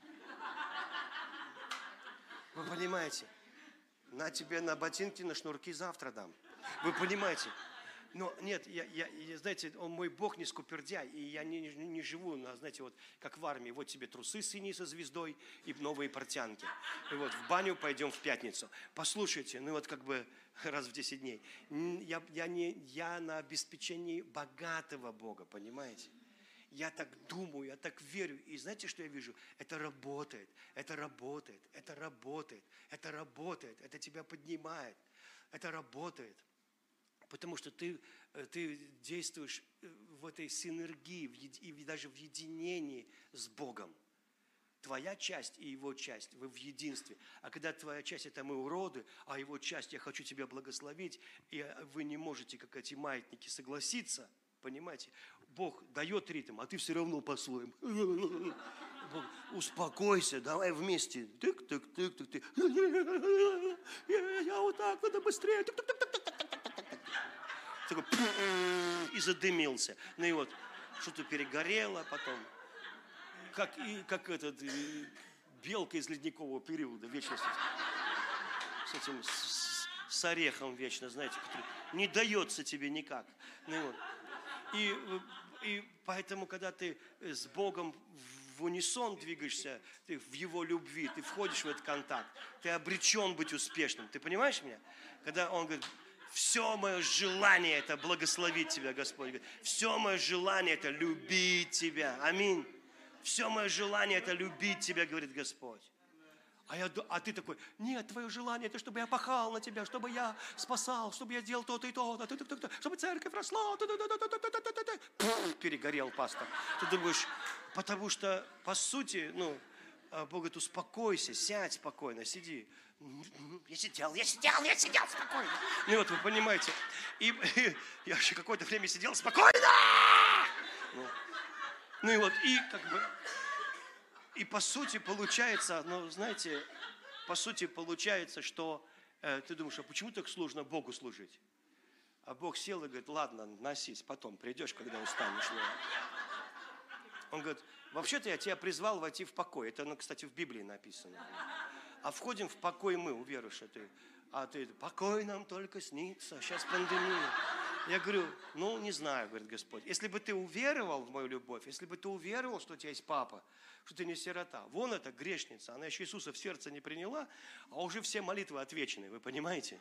Вы понимаете? На тебе на ботинки, на шнурки завтра дам. Вы понимаете? Но нет, знаете, он мой Бог не скупердяй, и я не живу, знаете, вот как в армии, вот тебе трусы синие со звездой и новые портянки. И вот в баню пойдем в пятницу. Послушайте, раз в 10 дней. Я на обеспечении богатого Бога, понимаете? Я так думаю, я так верю. И знаете, что я вижу? Это работает, это работает, это работает, это работает, это тебя поднимает, это работает. Потому что ты действуешь в этой синергии и даже в единении с Богом. Твоя часть и Его часть, вы в единстве. А когда твоя часть – это мы уроды, а Его часть – я хочу тебя благословить, и вы не можете, как эти маятники, согласиться, понимаете? Бог дает ритм, а ты все равно по-своему. Бог, успокойся, давай вместе. Тык-тык-тык-тык-тык. Я вот так, надо быстрее. Такой, и задымился. Ну и вот, что-то перегорело потом. Как белка из ледникового периода, вечно с орехом вечно, знаете, который не дается тебе никак. Ну, вот. И поэтому, когда ты с Богом в унисон двигаешься, ты в Его любви, ты входишь в этот контакт, ты обречен быть успешным. Ты понимаешь меня? Когда Он говорит, все мое желание – это благословить тебя, Господь. Все мое желание – это любить тебя. Аминь. Все мое желание – это любить тебя, говорит Господь. А ты такой, нет, твое желание – это чтобы я пахал на тебя, чтобы я спасал, чтобы я делал то-то и то-то, чтобы церковь росла. Перегорел пастор. Ты думаешь, потому что, по сути, Бог говорит, успокойся, сядь спокойно, сиди. Я сидел спокойно. Ну вот, вы понимаете. И я еще какое-то время сидел спокойно. Ну и вот, и как бы... И по сути получается, ну знаете, по сути получается, что ты думаешь, а почему так сложно Богу служить? А Бог сел и говорит, ладно, носись, потом придешь, когда устанешь. Он говорит, вообще-то я тебя призвал войти в покой. Это, ну, кстати, в Библии написано. А входим в покой мы, уверуешь, а ты, покой нам только снится, сейчас пандемия. Я говорю, ну, не знаю, говорит Господь. Если бы ты уверовал в мою любовь, если бы ты уверовал, что у тебя есть папа, что ты не сирота. Вон эта грешница, она еще Иисуса в сердце не приняла, а уже все молитвы отвечены, вы понимаете?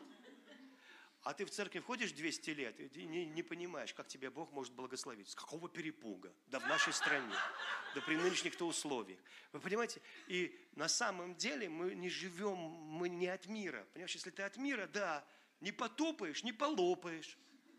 А ты в церковь ходишь 200 лет и не понимаешь, как тебя Бог может благословить. С какого перепуга? Да в нашей стране, да при нынешних-то условиях. Вы понимаете? И на самом деле мы не живем, мы не от мира. Понимаешь, если ты от мира, да, не потопаешь, не полопаешь.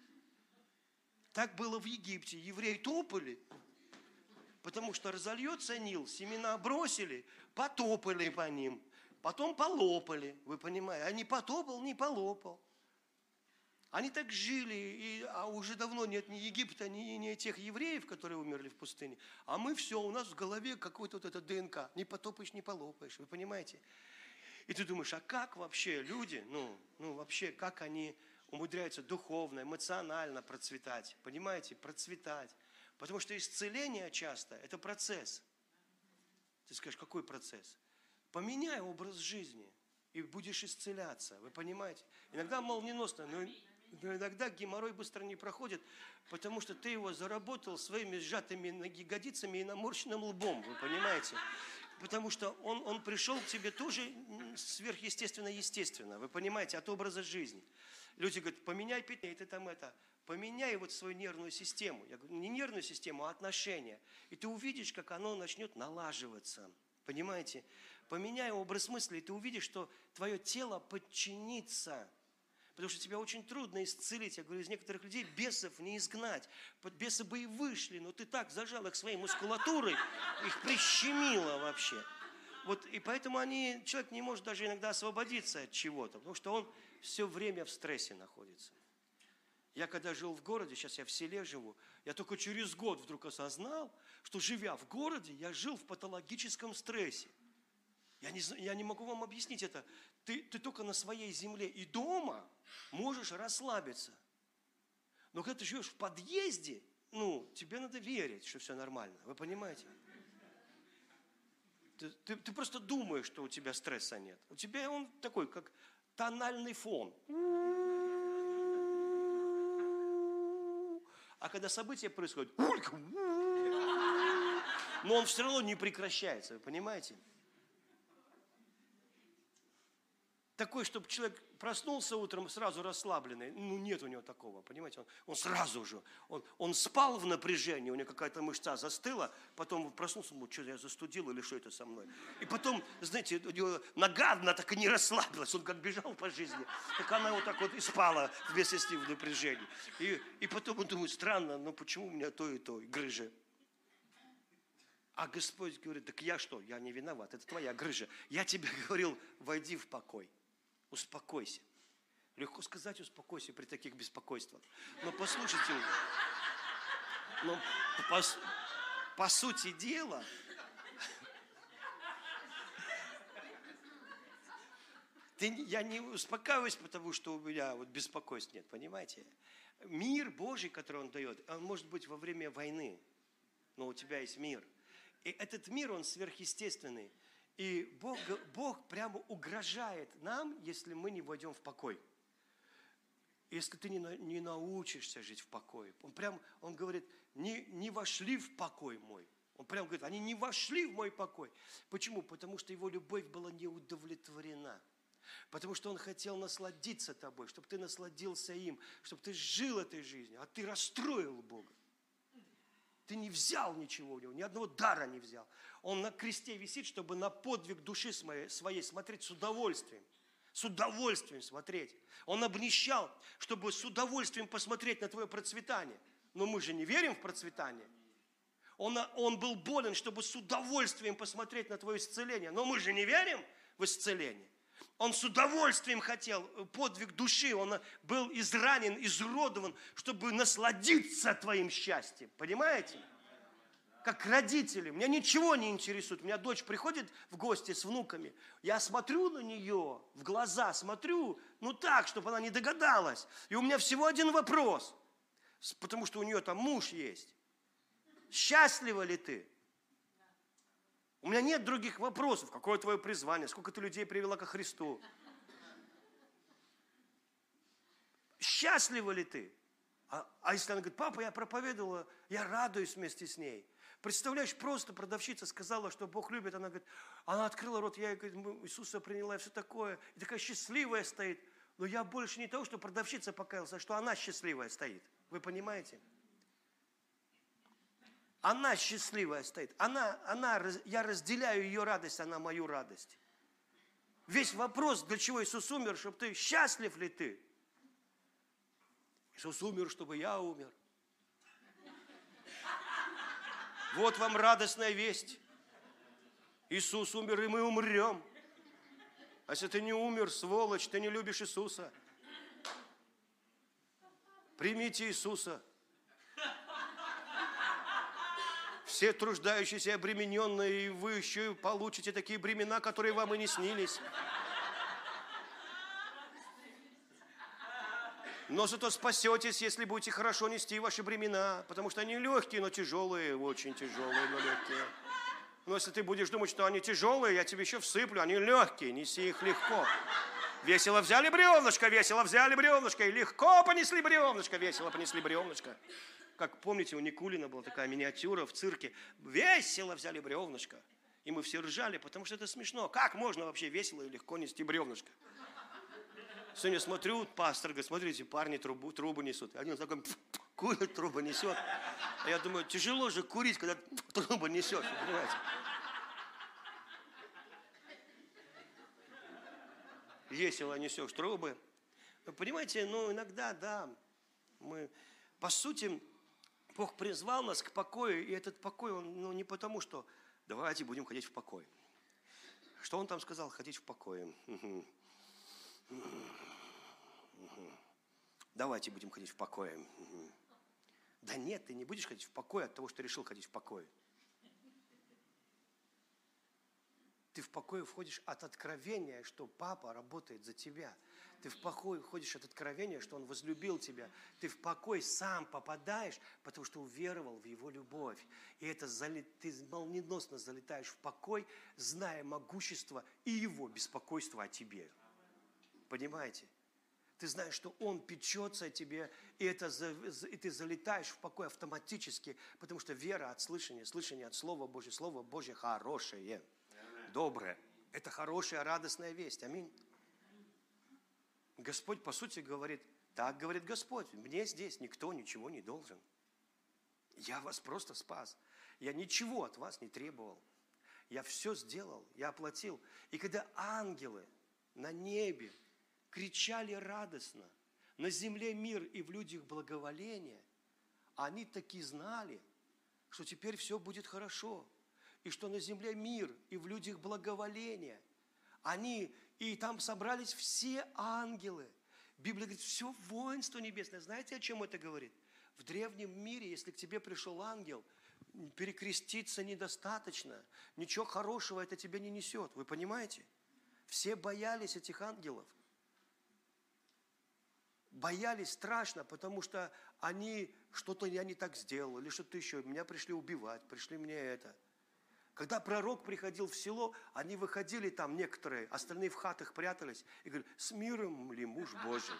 Так было в Египте. Евреи топали, потому что разольется Нил, семена бросили, потопали по ним, потом полопали. Вы понимаете? А не потопал, не полопал. Они так жили, а уже давно нет ни Египта, ни тех евреев, которые умерли в пустыне. А мы все, у нас в голове какой-то вот это ДНК. Не потопаешь, не полопаешь, вы понимаете? И ты думаешь, а как вообще люди, вообще, как они умудряются духовно, эмоционально процветать? Понимаете, процветать. Потому что исцеление часто – это процесс. Ты скажешь, какой процесс? Поменяй образ жизни, и будешь исцеляться, вы понимаете? Иногда молниеносно, но иногда геморрой быстро не проходит, потому что ты его заработал своими сжатыми ягодицами и наморщенным лбом, вы понимаете? Потому что он пришел к тебе тоже сверхъестественно, вы понимаете, от образа жизни. Люди говорят, поменяй питание, и ты там поменяй вот свою нервную систему. Я говорю, не нервную систему, а отношения. И ты увидишь, как оно начнет налаживаться, понимаете? Поменяй образ мысли, и ты увидишь, что твое тело подчинится. Потому что тебя очень трудно исцелить. Я говорю, из некоторых людей бесов не изгнать. Бесы бы и вышли, но ты так зажал их своей мускулатурой, их прищемило вообще. Вот, и поэтому человек не может даже иногда освободиться от чего-то, потому что он все время в стрессе находится. Я когда жил в городе, сейчас я в селе живу, я только через год вдруг осознал, что живя в городе, я жил в патологическом стрессе. Я не могу вам объяснить это. Ты только на своей земле и дома можешь расслабиться. Но когда ты живешь в подъезде, тебе надо верить, что все нормально. Вы понимаете? Ты просто думаешь, что у тебя стресса нет. У тебя он такой, как тональный фон. А когда события происходят, но он все равно не прекращается. Вы понимаете? Такой, чтобы человек проснулся утром сразу расслабленный. Нет у него такого, понимаете? Он сразу же, он спал в напряжении, у него какая-то мышца застыла, потом проснулся, что я застудил или что это со мной? И потом, знаете, у него нога одна так и не расслабилась, он как бежал по жизни, так она вот так вот и спала вместе с ним в напряжении. И потом он думает, странно, почему у меня то и то, и грыжа. А Господь говорит, так я что? Я не виноват, это твоя грыжа. Я тебе говорил, войди в покой. Успокойся. Легко сказать успокойся при таких беспокойствах. Но послушайте, по сути дела, я не успокаиваюсь, потому что у меня беспокойств нет, понимаете? Мир Божий, который Он дает, он может быть во время войны, но у тебя есть мир. И этот мир, он сверхъестественный. И Бог прямо угрожает нам, если мы не войдем в покой. Если ты не научишься жить в покое. Он говорит, не вошли в покой мой. Он прямо говорит, они не вошли в мой покой. Почему? Потому что его любовь была не удовлетворена. Потому что он хотел насладиться тобой, чтобы ты насладился им, чтобы ты жил этой жизнью, а ты расстроил Бога. Ты не взял ничего у него, ни одного дара не взял. Он на кресте висит, чтобы на подвиг души своей смотреть с удовольствием. С удовольствием смотреть. Он обнищал, чтобы с удовольствием посмотреть на твое процветание. Но мы же не верим в процветание. Он был болен, чтобы с удовольствием посмотреть на твое исцеление. Но мы же не верим в исцеление. Он с удовольствием хотел подвиг души. Он был изранен, изуродован, чтобы насладиться твоим счастьем. Понимаете? Как родители. Меня ничего не интересует. У меня дочь приходит в гости с внуками. Я смотрю на нее, в глаза смотрю, так, чтобы она не догадалась. И у меня всего один вопрос. Потому что у нее там муж есть. Счастлива ли ты? У меня нет других вопросов. Какое твое призвание? Сколько ты людей привела ко Христу? Счастлива ли ты? А если она говорит, папа, я проповедовала, я радуюсь вместе с ней. Представляешь, просто продавщица сказала, что Бог любит. Она говорит, она открыла рот, я говорит, Иисуса приняла и все такое. И такая счастливая стоит. Но я больше не того, что продавщица покаялась, а что она счастливая стоит. Вы понимаете? Она счастливая стоит. Я разделяю ее радость, она мою радость. Весь вопрос, для чего Иисус умер, чтобы ты, счастлив ли ты? Иисус умер, чтобы я умер. Вот вам радостная весть. Иисус умер, и мы умрем. А если ты не умер, сволочь, ты не любишь Иисуса. Примите Иисуса. Все труждающиеся и обремененные, и вы еще получите такие бремена, которые вам и не снились. Но зато спасетесь, если будете хорошо нести ваши бремена, потому что они легкие, но тяжелые, очень тяжелые, но легкие. Но если ты будешь думать, что они тяжелые, я тебе еще всыплю, они легкие, неси их легко. Весело взяли бревнышко, и легко понесли бревнышко, весело понесли бревнышко. Как помните, у Никулина была такая миниатюра в цирке. Весело взяли бревнышко. И мы все ржали, потому что это смешно. Как можно вообще весело и легко нести бревнышко? Сегодня смотрю, пастор говорит, смотрите, парни трубу несут. Один такой курит, трубу несет. А я думаю, тяжело же курить, когда трубу несешь, понимаете? Весело несешь трубы. Вы понимаете, иногда, да, мы, по сути, Бог призвал нас к покою, и этот покой, он не потому, что давайте будем ходить в покой. Что он там сказал? Ходить в покое. Давайте будем ходить в покое. Да нет, ты не будешь ходить в покое от того, что решил ходить в покое. Ты в покой входишь от откровения, что папа работает за тебя. Ты в покой входишь от откровения, что он возлюбил тебя. Ты в покой сам попадаешь, потому что уверовал в его любовь. И ты молниеносно залетаешь в покой, зная могущество и его беспокойство о тебе. Понимаете? Ты знаешь, что он печется о тебе, и ты залетаешь в покой автоматически, потому что вера от слышания, слышание от Слова Божьего, Слово Божье хорошее, доброе. Это хорошая, радостная весть. Аминь. Господь, по сути, говорит, так говорит Господь, мне здесь никто ничего не должен. Я вас просто спас. Я ничего от вас не требовал. Я все сделал, я оплатил. И когда ангелы на небе кричали радостно, на земле мир и в людях благоволение, они таки знали, что теперь все будет хорошо, и что на земле мир и в людях благоволение. И там собрались все ангелы. Библия говорит, все воинство небесное. Знаете, о чем это говорит? В древнем мире, если к тебе пришел ангел, перекреститься недостаточно. Ничего хорошего это тебе не несет. Вы понимаете? Все боялись этих ангелов. Боялись страшно, потому что что-то я не так сделал, или что-то еще. Меня пришли убивать, пришли мне это. Когда пророк приходил в село, они выходили там некоторые, остальные в хатах прятались и говорили, с миром ли муж Божий?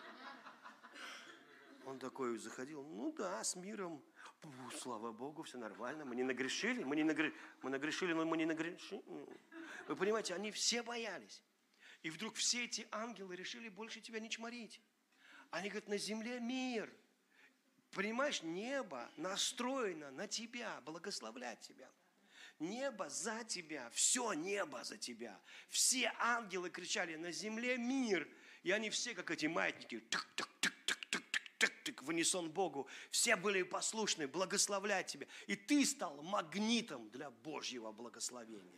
Он такой заходил, ну да, с миром. Слава Богу, все нормально, мы не нагрешили, мы нагрешили, но мы не нагрешили. Вы понимаете, они все боялись. И вдруг все эти ангелы решили больше тебя не чморить. Они говорят, на земле мир. Понимаешь, небо настроено на тебя, благословлять тебя. Небо за тебя, все небо за тебя. Все ангелы кричали, на земле мир. И они все, как эти маятники, тык-тык, в унисон Богу. Все были послушны, благословлять тебя. И ты стал магнитом для Божьего благословения.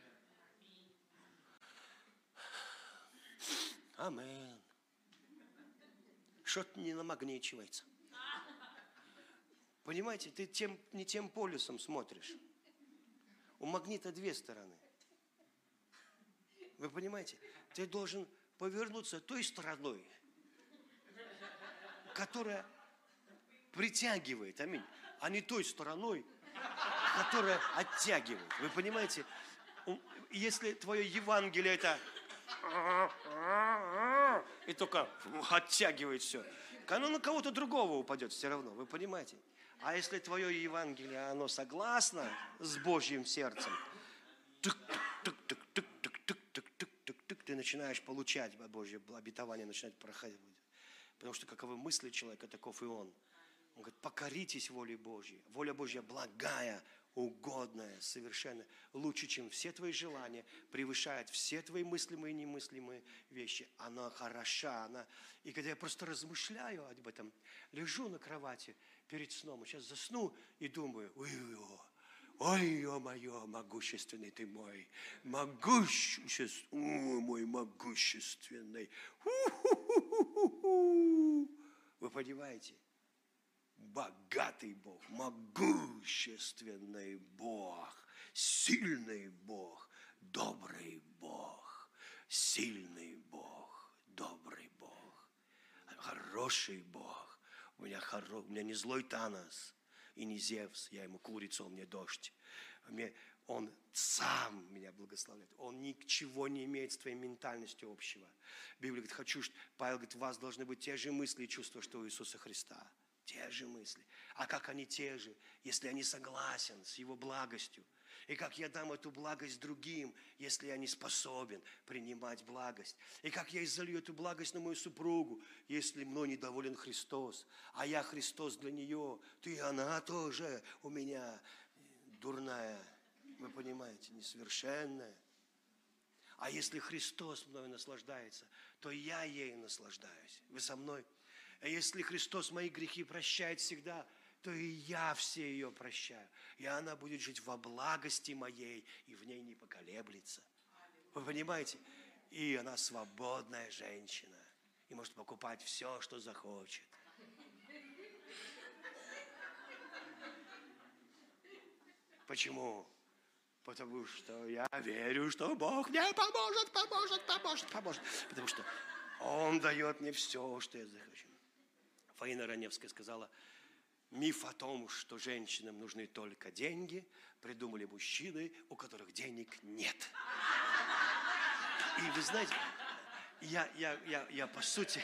Аминь. Что-то не намагничивается. Понимаете, ты не тем полюсом смотришь. У магнита две стороны. Вы понимаете? Ты должен повернуться той стороной, которая притягивает, аминь, а не той стороной, которая оттягивает. Вы понимаете? Если твое Евангелие это и только оттягивает все, оно на кого-то другого упадет все равно, вы понимаете? А если твое Евангелие, оно согласно с Божьим сердцем, ты начинаешь получать Божье обетование, начинает проходить. Потому что каковы мысли человека, таков и он. Он говорит, покоритесь воле Божьей. Воля Божья благая, угодная, совершенно. Лучше, чем все твои желания, превышает все твои мыслимые и немыслимые вещи. Она хороша. И когда я просто размышляю об этом, лежу на кровати перед сном, сейчас засну и думаю, ой, ё-моё, могущественный ты мой, мой могущественный. Вы понимаете? Богатый Бог, могущественный Бог, сильный Бог, добрый Бог, сильный Бог, добрый Бог, хороший Бог. У меня не злой Танос и не Зевс, я ему курица, он мне дождь. Он сам меня благословляет. Он ничего не имеет с твоей ментальностью общего. Библия говорит, Павел говорит, у вас должны быть те же мысли и чувства, что у Иисуса Христа. Те же мысли. А как они те же, если я не согласен с Его благостью? И как я дам эту благость другим, если я не способен принимать благость? И как я изолью эту благость на мою супругу, если мной недоволен Христос, а я Христос для нее, то и она тоже у меня дурная, вы понимаете, несовершенная. А если Христос мною наслаждается, то я ей наслаждаюсь. Вы со мной? А если Христос мои грехи прощает всегда, то и я все ее прощаю. И она будет жить во благости моей, и в ней не поколеблется. Вы понимаете? И она свободная женщина. И может покупать все, что захочет. Почему? Потому что я верю, что Бог мне поможет. Потому что Он дает мне все, что я захочу. Фаина Раневская сказала, миф о том, что женщинам нужны только деньги, придумали мужчины, у которых денег нет. И вы знаете, я по сути,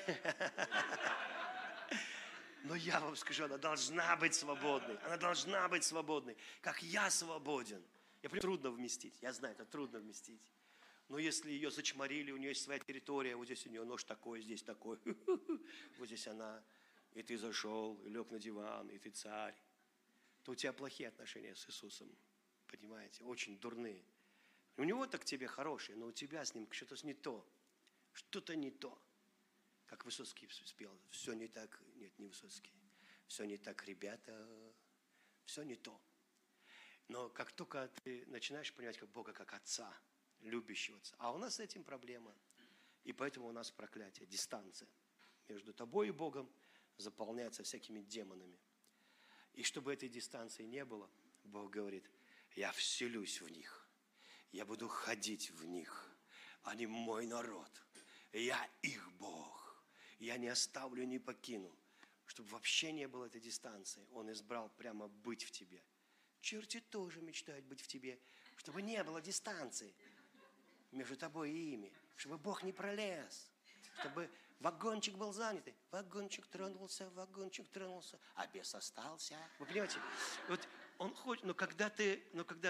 но я вам скажу, она должна быть свободной. Она должна быть свободной, как я свободен. Я понимаю, трудно вместить, я знаю, это трудно вместить. Но если ее зачморили, у нее есть своя территория, вот здесь у нее нож такой, здесь такой, вот здесь она, и ты зашел, и лег на диван, и ты царь, то у тебя плохие отношения с Иисусом, понимаете, очень дурные. У него так к тебе хорошие, но у тебя с ним что-то не то, что-то не то. Как Высоцкий спел, все не так, нет, не Высоцкий, все не так, ребята, все не то. Но как только ты начинаешь понимать как Бога как Отца, любящего Отца, а у нас с этим проблема, и поэтому у нас проклятие, дистанция между тобой и Богом заполняется всякими демонами. И чтобы этой дистанции не было, Бог говорит, я вселюсь в них, я буду ходить в них, они мой народ, я их Бог. Я не оставлю, не покину. Чтобы вообще не было этой дистанции, Он избрал прямо быть в тебе. Черти тоже мечтают быть в тебе, чтобы не было дистанции между тобой и ими, чтобы Бог не пролез, чтобы вагончик был занятый. Вагончик тронулся, а бес остался. Вы понимаете? Вот Он хочет, но когда ты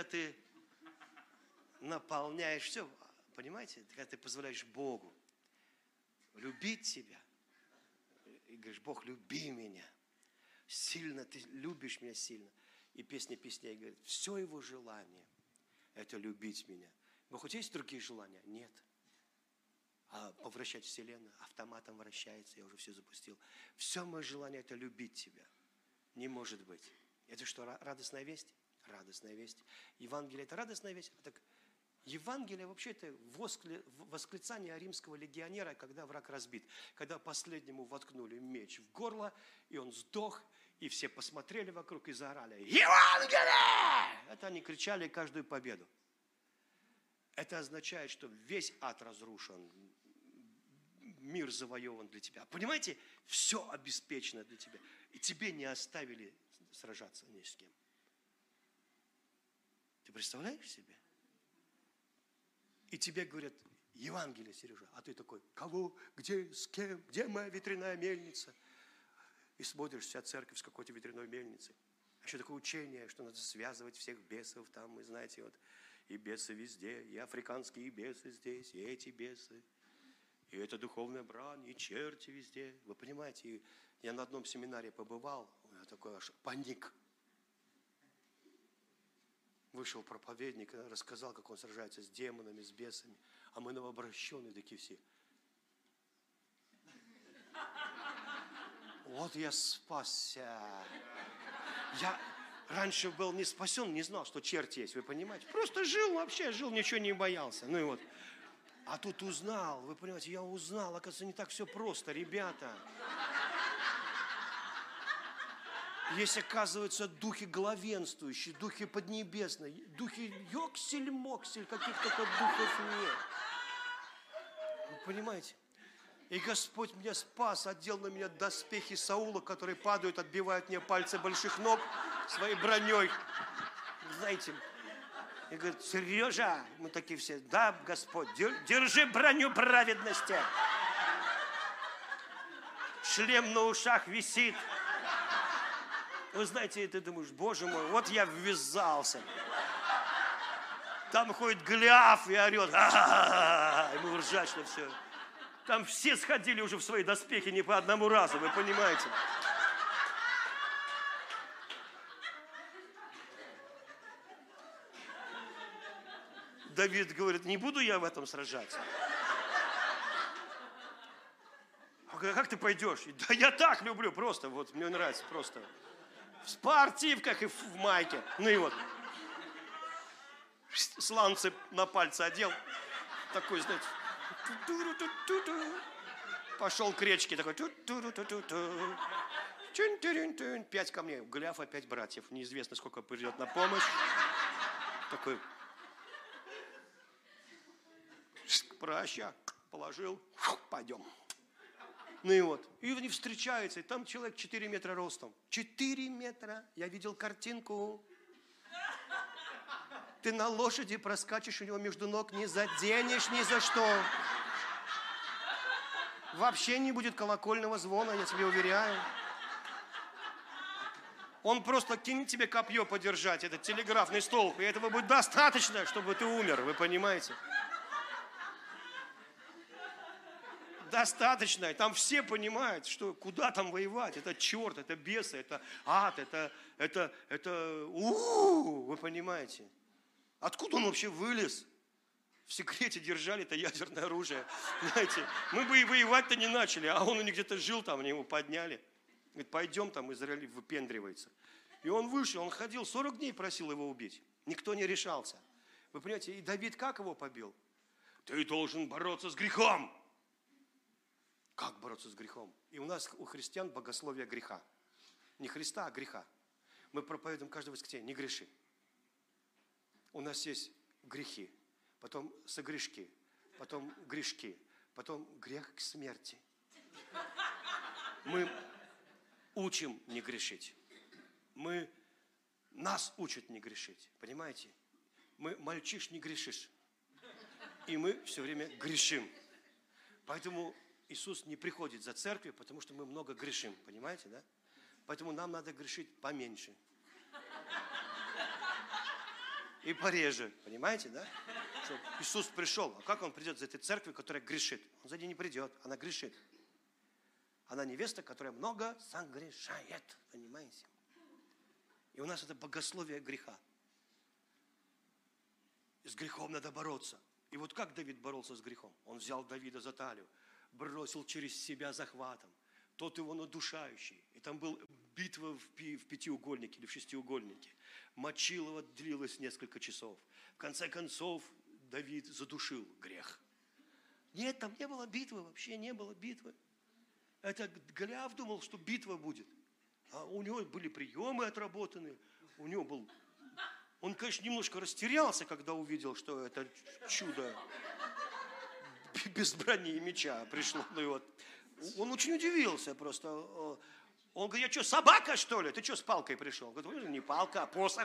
наполняешь все, понимаете, когда ты позволяешь Богу любить тебя, и говоришь, Бог, люби меня сильно, ты любишь меня сильно. И песня песней говорит, все его желание – это любить меня. Но хоть есть другие желания? Нет. повращать вселенную, автоматом вращается, я уже все запустил. Все мое желание – это любить тебя. Не может быть. Это что, радостная весть? Радостная весть. Евангелие – это радостная весть? Так Евангелие вообще это восклицание римского легионера, когда враг разбит. Когда последнему воткнули меч в горло, и он сдох, и все посмотрели вокруг и заорали: «Евангелие!» Это они кричали каждую победу. Это означает, что весь ад разрушен, мир завоеван для тебя. Понимаете, все обеспечено для тебя. И тебе не оставили сражаться ни с кем. Ты представляешь себе? И тебе говорят: Евангелие, Сережа. А ты такой: кого, где, с кем, где моя ветряная мельница? И смотришь, вся церковь с какой-то ветряной мельницей. А еще такое учение, что надо связывать всех бесов там, вы знаете, вот, и бесы везде, и африканские бесы здесь, и эти бесы, и это духовная брань, и черти везде. Вы понимаете, я на одном семинаре побывал, я такой аж паник. Вышел проповедник, рассказал, как он сражается с демонами, с бесами, а мы новообращенные такие все. Вот я спасся. Я раньше был не спасен, не знал, что черти есть, вы понимаете? Просто жил вообще, ничего не боялся. Ну и вот. А тут узнал, вы понимаете, я узнал, оказывается, не так все просто, ребята. Есть, оказывается, духи главенствующие, духи поднебесные, духи йоксель-моксель, каких только духов нет. Вы понимаете? И Господь меня спас, одел на меня доспехи Саула, которые падают, отбивают мне пальцы больших ног своей броней. Знаете, и говорит: Сережа, мы такие все: да, Господь, держи броню праведности. Шлем на ушах висит. Вы знаете, ты думаешь: боже мой, вот я ввязался. Там ходит Голиаф и орет: а-а-а-а, ему ржачно все. Там все сходили уже в свои доспехи не по одному разу, вы понимаете? Давид говорит: не буду я в этом сражаться. Он говорит: а как ты пойдешь? Да я так люблю, просто, вот, мне нравится, просто. В спортивках и в майке. Ну и вот. Сланцы на пальцы одел. Такой, знаете. Пошел к речке, такой. 5 камней. Голиаф опять братьев. Неизвестно, сколько придет на помощь. Такой. Проща. Положил. Пойдем. Ну и вот. И они встречаются. И там человек 4 метра ростом. 4 метра. Я видел картинку. Ты на лошади проскачешь у него между ног, не заденешь ни за что. Вообще не будет колокольного звона, я тебе уверяю. Он просто кинет тебе копье подержать, этот телеграфный столб, и этого будет достаточно, чтобы ты умер, вы понимаете? Достаточно, и там все понимают, что куда там воевать, это черт, это бесы, это ад, вы понимаете? Откуда он вообще вылез? В секрете держали это ядерное оружие. Знаете, мы бы и воевать-то не начали, а он у них где-то жил там, они его подняли. Говорит: пойдем, там Израиль выпендривается. И он вышел, он ходил, 40 дней просил его убить. Никто не решался. Вы понимаете, и Давид как его побил? Ты должен бороться с грехом. Как бороться с грехом? И у нас, у христиан, богословие греха. Не Христа, а греха. Мы проповедуем каждое воскресенье: не греши. У нас есть грехи, потом согрешки, потом грешки, потом грех к смерти. Мы учим не грешить. Нас учат не грешить, понимаете? Мы мальчиш не грешишь. И мы все время грешим. Поэтому Иисус не приходит за церковью, потому что мы много грешим, понимаете, да? Поэтому нам надо грешить поменьше. И пореже, понимаете, да? Что Иисус пришел, а как Он придет за этой церковью, которая грешит? Он за ней не придет, она грешит. Она невеста, которая много согрешает, понимаете? И у нас это богословие греха. И с грехом надо бороться. И вот как Давид боролся с грехом? Он взял Давида за талию, бросил через себя захватом. Тот его надушающий. И там была битва в пятиугольнике или в шестиугольнике. Мочилово длилось несколько часов. В конце концов Давид задушил грех. Нет, там не было битвы, вообще не было битвы. Это Голиаф думал, что битва будет. А у него были приемы отработаны. У него был... Он, конечно, немножко растерялся, когда увидел, что это чудо без брони и меча пришло. Ну, и вот. Он очень удивился просто. Он говорит, я что, собака, что ли? Ты что, с палкой пришел? Говорит, не палка, а посох.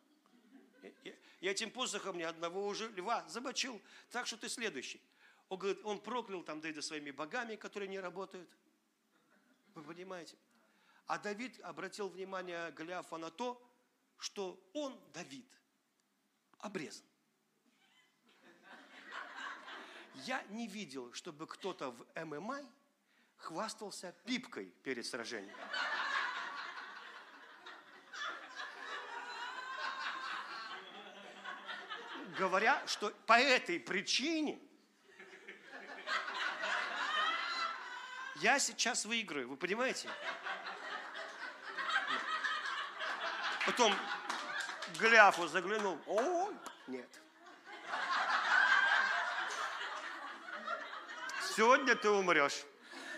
Я этим посохом ни одного уже льва замочил, так что ты следующий. Он говорит, он проклял там Давида своими богами, которые не работают. Вы понимаете? А Давид обратил внимание Голиафа на то, что он, Давид, обрезан. Я не видел, чтобы кто-то в ММА хвастался пипкой перед сражением. Говоря, что по этой причине я сейчас выиграю, вы понимаете? Потом Голиафу заглянул. О, нет. Сегодня ты умрешь.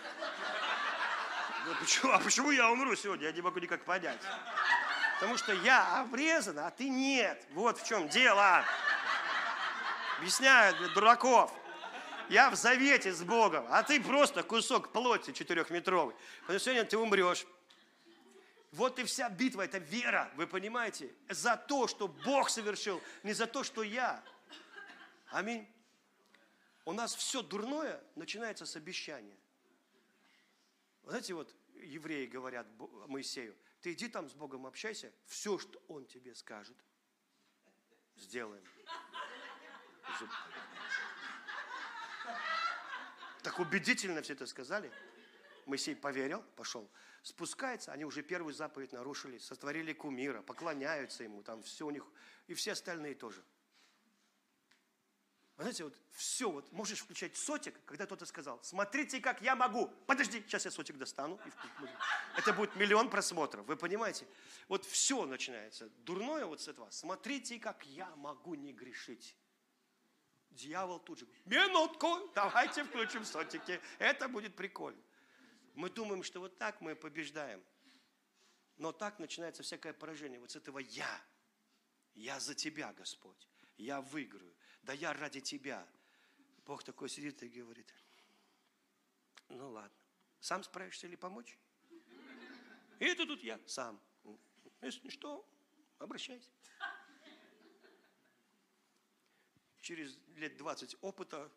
А почему я умру сегодня? Я не могу никак понять. Потому что я обрезан, а ты нет. Вот в чем дело. Объясняют для дураков. Я в завете с Богом, а ты просто кусок плоти 4-метровый. Потому что сегодня ты умрешь. Вот и вся битва, это вера, вы понимаете? За то, что Бог совершил, не за то, что я. Аминь. У нас все дурное начинается с обещания. Знаете, вот евреи говорят Моисею, ты иди там с Богом общайся, все, что Он тебе скажет, сделаем. Так убедительно все это сказали. Моисей поверил, пошел. Спускается, они уже первую заповедь нарушили, сотворили кумира, поклоняются ему, там все у них, и все остальные тоже. Вы знаете, вот все, вот можешь включать сотик, когда кто-то сказал, смотрите, как я могу. Подожди, сейчас я сотик достану. Это будет 1 000 000 просмотров, вы понимаете? Вот все начинается. Дурное вот с этого. Смотрите, как я могу не грешить. Дьявол тут же, минутку, давайте включим сотики. Это будет прикольно. Мы думаем, что вот так мы побеждаем. Но так начинается всякое поражение. Вот с этого я. Я за тебя, Господь. Я выиграю. Да я ради тебя. Бог такой сидит и говорит, ну ладно, сам справишься или помочь? И это тут я сам. Если что, обращайся. Через лет 20 опыта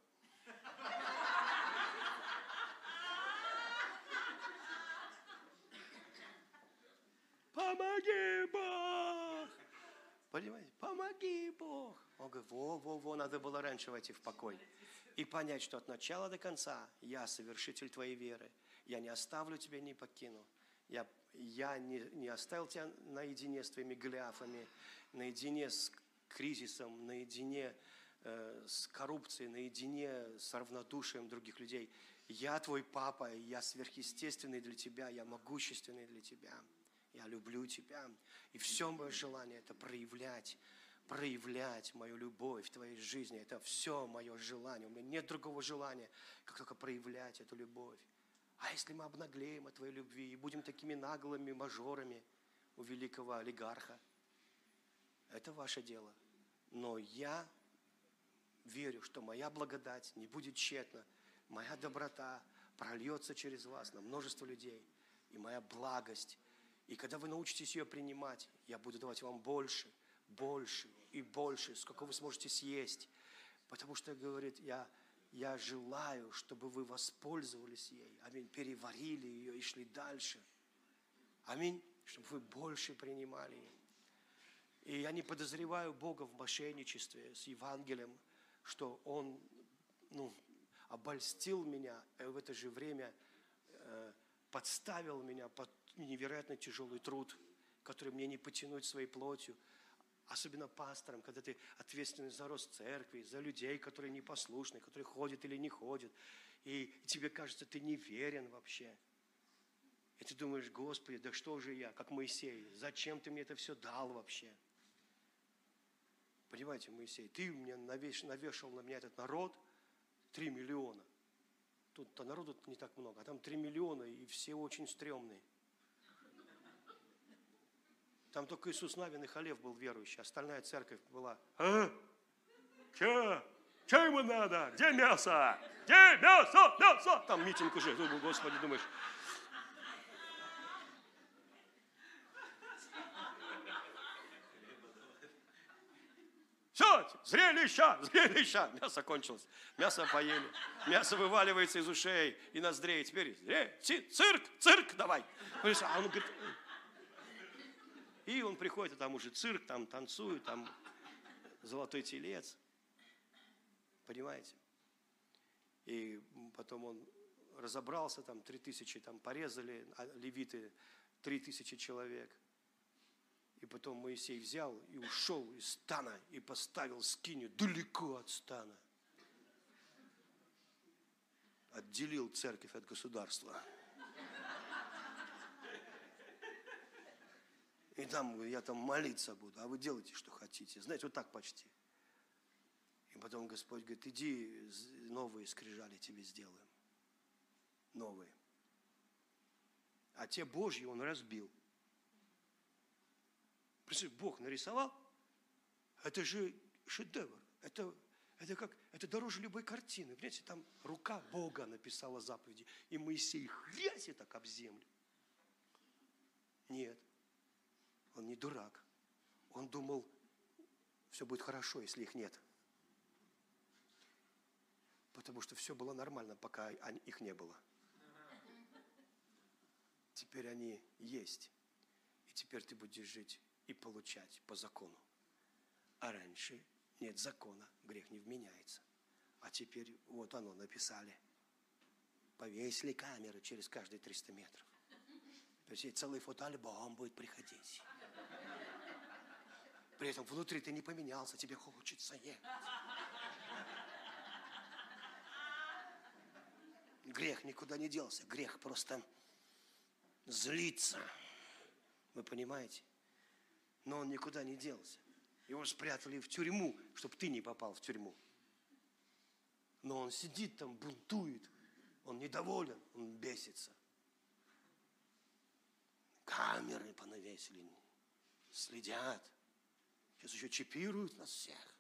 помоги, Бог! Понимаете? Помоги, Бог! Он говорит, во, надо было раньше войти в покой. И понять, что от начала до конца я совершитель твоей веры. Я не оставлю тебя, не покину. Я не оставил тебя наедине с твоими Голиафами, наедине с кризисом, наедине с коррупцией, наедине с равнодушием других людей. Я твой папа, я сверхъестественный для тебя, я могущественный для тебя. Я люблю тебя. И все мое желание – это проявлять мою любовь в твоей жизни. Это все мое желание. У меня нет другого желания, как только проявлять эту любовь. А если мы обнаглеем от твоей любви и будем такими наглыми мажорами у великого олигарха, это ваше дело. Но я верю, что моя благодать не будет тщетна. Моя доброта прольется через вас на множество людей. И моя благость. И когда вы научитесь ее принимать, я буду давать вам больше, больше и больше, сколько вы сможете съесть. Потому что, говорит, я желаю, чтобы вы воспользовались ей. Аминь. Переварили ее и шли дальше. Аминь. Чтобы вы больше принимали ее. И я не подозреваю Бога в мошенничестве с Евангелием, что Он обольстил меня, и в это же время подставил меня под невероятно тяжелый труд, который мне не потянуть своей плотью. Особенно пасторам, когда ты ответственный за рост церкви, за людей, которые непослушны, которые ходят или не ходят. И тебе кажется, ты неверен вообще. И ты думаешь, Господи, да что же я, как Моисей, зачем ты мне это все дал вообще? Понимаете, Моисей, ты мне навешал на меня этот народ 3 миллиона. Тут-то народу не так много, а там 3 миллиона, и все очень стрёмные. Там только Иисус Навин и Халев был верующий, остальная церковь была. Че? Че ему надо? Где мясо? Где мясо? Мясо! Там митинг уже. Господи, думаешь. Все, зрелища. Мясо кончилось. Мясо поели. Мясо вываливается из ушей и ноздрей. Теперь цирк давай. А он говорит... И он приходит, а там уже цирк, там танцуют, там золотой телец. Понимаете? И потом он разобрался, там 3000 там порезали, а левиты 3000 человек. И потом Моисей взял и ушел из стана и поставил скинию далеко от стана. Отделил церковь от государства. И там я там молиться буду, а вы делайте, что хотите. Знаете, вот так почти. И потом Господь говорит, иди, новые скрижали тебе сделаем. Новые. А те Божьи он разбил. Представляете, Бог нарисовал, это же шедевр. Это дороже любой картины. Понимаете, там рука Бога написала заповеди, и Моисей хрясь и так об землю. Нет. Он не дурак. Он думал, все будет хорошо, если их нет. Потому что все было нормально, пока их не было. Теперь они есть. И теперь ты будешь жить и получать по закону. А раньше нет закона, грех не вменяется. А теперь вот оно написали. Повесили камеры через каждые 300 метров. То есть целый фотоальбом будет приходить. При этом внутри ты не поменялся, тебе хочется ехать. Грех никуда не делся, грех просто злится. Вы понимаете? Но он никуда не делся. Его спрятали в тюрьму, чтобы ты не попал в тюрьму. Но он сидит там, бунтует, он недоволен, он бесится. Камеры понавесили, следят. Сейчас еще чипируют нас всех.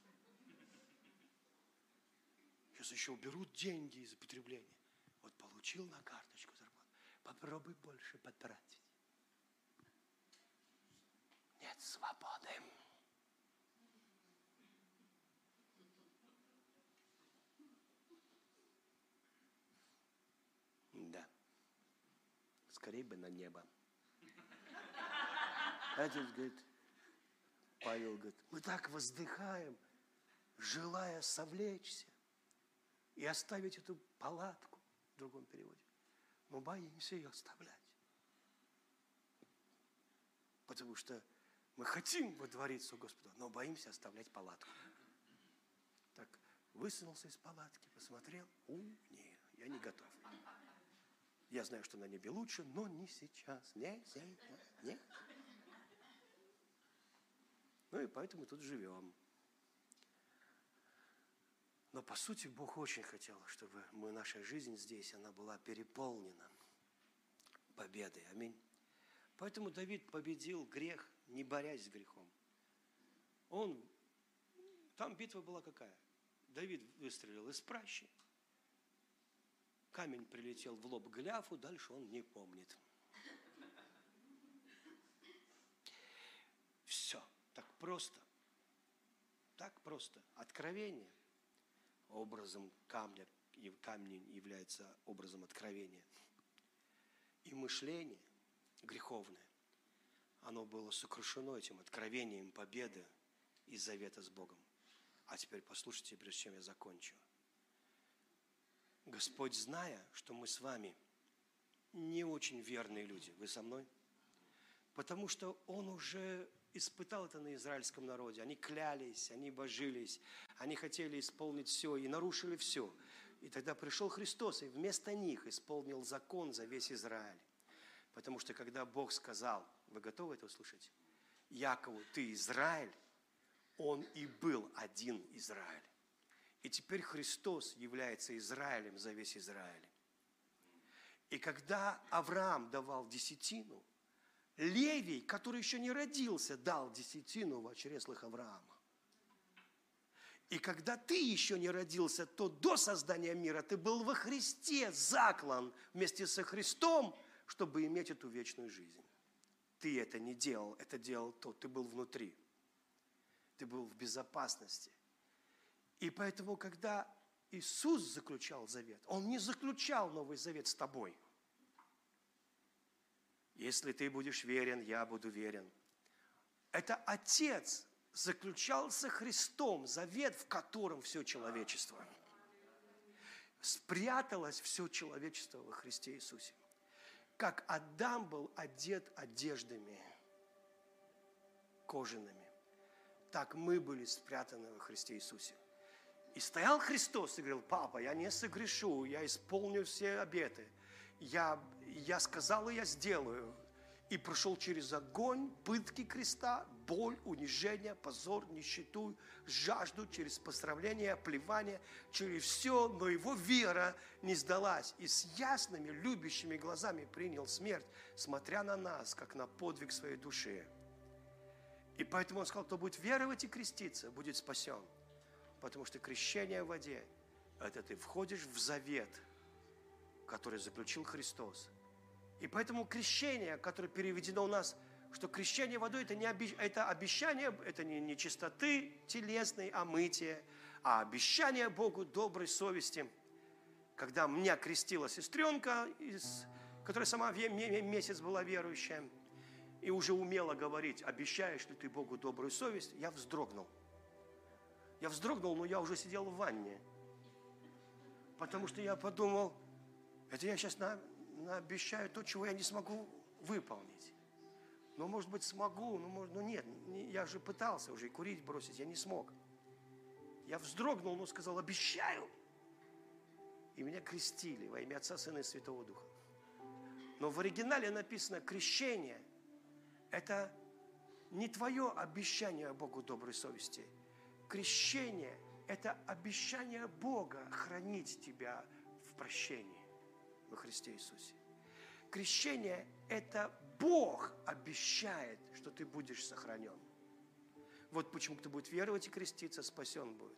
Сейчас еще уберут деньги из употребления. Вот получил на карточку зарплату. Попробуй больше потратить. Нет свободы. Да. Скорее бы на небо. Отец говорит, Павел говорит, мы так воздыхаем, желая совлечься и оставить эту палатку, в другом переводе. Мы боимся ее оставлять. Потому что мы хотим водвориться у Господа, но боимся оставлять палатку. Так, высунулся из палатки, посмотрел, нет, я не готов. Я знаю, что на небе лучше, но не сейчас. Нет. Ну и поэтому тут живем. Но по сути Бог очень хотел, чтобы наша жизнь здесь, она была переполнена победой. Аминь. Поэтому Давид победил грех, не борясь с грехом. Там битва была какая? Давид выстрелил из пращи. Камень прилетел в лоб Голиафу, дальше он не помнит. Все. Так просто. Откровение образом камня, и камень является образом откровения. И мышление греховное, оно было сокрушено этим откровением победы и завета с Богом. А теперь послушайте, прежде чем я закончу. Господь, зная, что мы с вами не очень верные люди, вы со мной? Потому что Он уже испытал это на израильском народе. Они клялись, они божились, они хотели исполнить все и нарушили все. И тогда пришел Христос и вместо них исполнил закон за весь Израиль. Потому что когда Бог сказал, вы готовы это услышать? Якову, ты Израиль, он и был один Израиль. И теперь Христос является Израилем за весь Израиль. И когда Авраам давал десятину, Левий, который еще не родился, дал десятину в чреслах Авраама. И когда ты еще не родился, то до создания мира ты был во Христе заклан вместе со Христом, чтобы иметь эту вечную жизнь. Ты это не делал, это делал тот, ты был внутри. Ты был в безопасности. И поэтому, когда Иисус заключал завет, Он не заключал Новый Завет с тобой. Если ты будешь верен, я буду верен. Это Отец заключал со Христом завет, в котором все человечество. Спряталось все человечество во Христе Иисусе. Как Адам был одет одеждами кожаными, так мы были спрятаны во Христе Иисусе. И стоял Христос и говорил: папа, я не согрешу, я исполню все обеты. Я сказал, и я сделаю. И прошел через огонь, пытки креста, боль, унижение, позор, нищету, жажду, через посрамление, оплевание, через все, но его вера не сдалась. И с ясными, любящими глазами принял смерть, смотря на нас, как на подвиг своей души. И поэтому он сказал, кто будет веровать и креститься, будет спасен. Потому что крещение в воде – это ты входишь в завет, который заключил Христос. И поэтому крещение, которое переведено у нас, что крещение водой – это обещание, это не чистоты телесной, омытия, а обещание Богу доброй совести. Когда меня крестила сестренка, которая сама месяц была верующая, и уже умела говорить, обещаешь ли ты Богу добрую совесть, я вздрогнул. Я вздрогнул, но я уже сидел в ванне. Потому что я подумал, это я сейчас обещаю то, чего я не смогу выполнить. Ну, может быть, смогу, но нет, я же пытался уже и курить бросить, я не смог. Я вздрогнул, но сказал, обещаю. И меня крестили во имя Отца, Сына и Святого Духа. Но в оригинале написано, крещение – это не твое обещание Богу доброй совести. Крещение – это обещание Бога хранить тебя в прощении во Христе Иисусе. Крещение – это Бог обещает, что ты будешь сохранен. Вот почему кто будет веровать и креститься, спасен будет.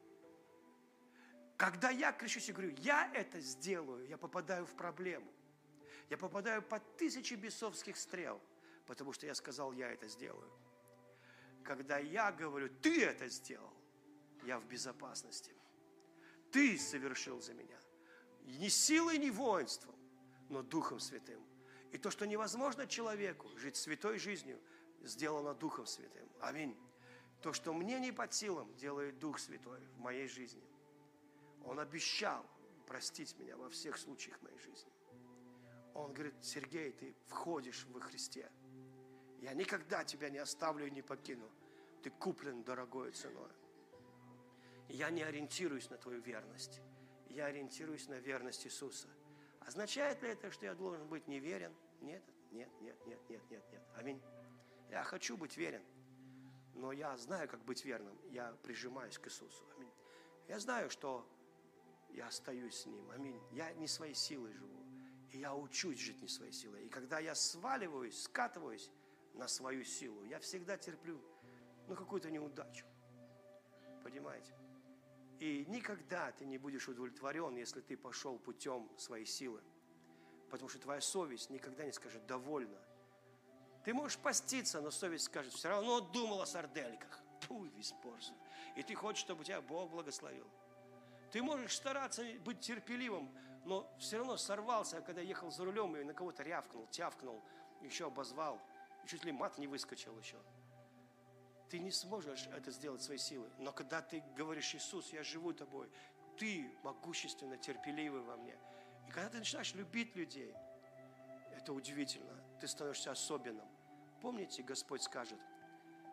Когда я крещусь и говорю, я это сделаю, я попадаю в проблему. Я попадаю под 1000 бесовских стрел, потому что я сказал, я это сделаю. Когда я говорю, ты это сделал, я в безопасности. Ты совершил за меня. Не силой, не воинством, но Духом Святым. И то, что невозможно человеку жить святой жизнью, сделано Духом Святым. Аминь. То, что мне не под силам, делает Дух Святой в моей жизни. Он обещал простить меня во всех случаях моей жизни. Он говорит, Сергей, ты входишь во Христе. Я никогда тебя не оставлю и не покину. Ты куплен дорогой ценой. Я не ориентируюсь на твою верность. Я ориентируюсь на верность Иисуса. Означает ли это, что я должен быть неверен? Нет, нет, нет, нет, нет, нет, нет. Аминь. Я хочу быть верен, но я знаю, как быть верным. Я прижимаюсь к Иисусу. Аминь. Я знаю, что я остаюсь с Ним. Аминь. Я не своей силой живу. И я учусь жить не своей силой. И когда я сваливаюсь, скатываюсь на свою силу, я всегда терплю какую-то неудачу. Понимаете? И никогда ты не будешь удовлетворен, если ты пошел путем своей силы. Потому что твоя совесть никогда не скажет «довольно». Ты можешь поститься, но совесть скажет «все равно думал о сардельках». Фу, испорчен. И ты хочешь, чтобы тебя Бог благословил. Ты можешь стараться быть терпеливым, но все равно сорвался, когда ехал за рулем и на кого-то рявкнул, тявкнул, еще обозвал, и чуть ли мат не выскочил еще. Ты не сможешь это сделать своей силой. Но когда ты говоришь, Иисус, я живу тобой, ты могущественно терпеливый во мне. И когда ты начинаешь любить людей, это удивительно. Ты становишься особенным. Помните, Господь скажет,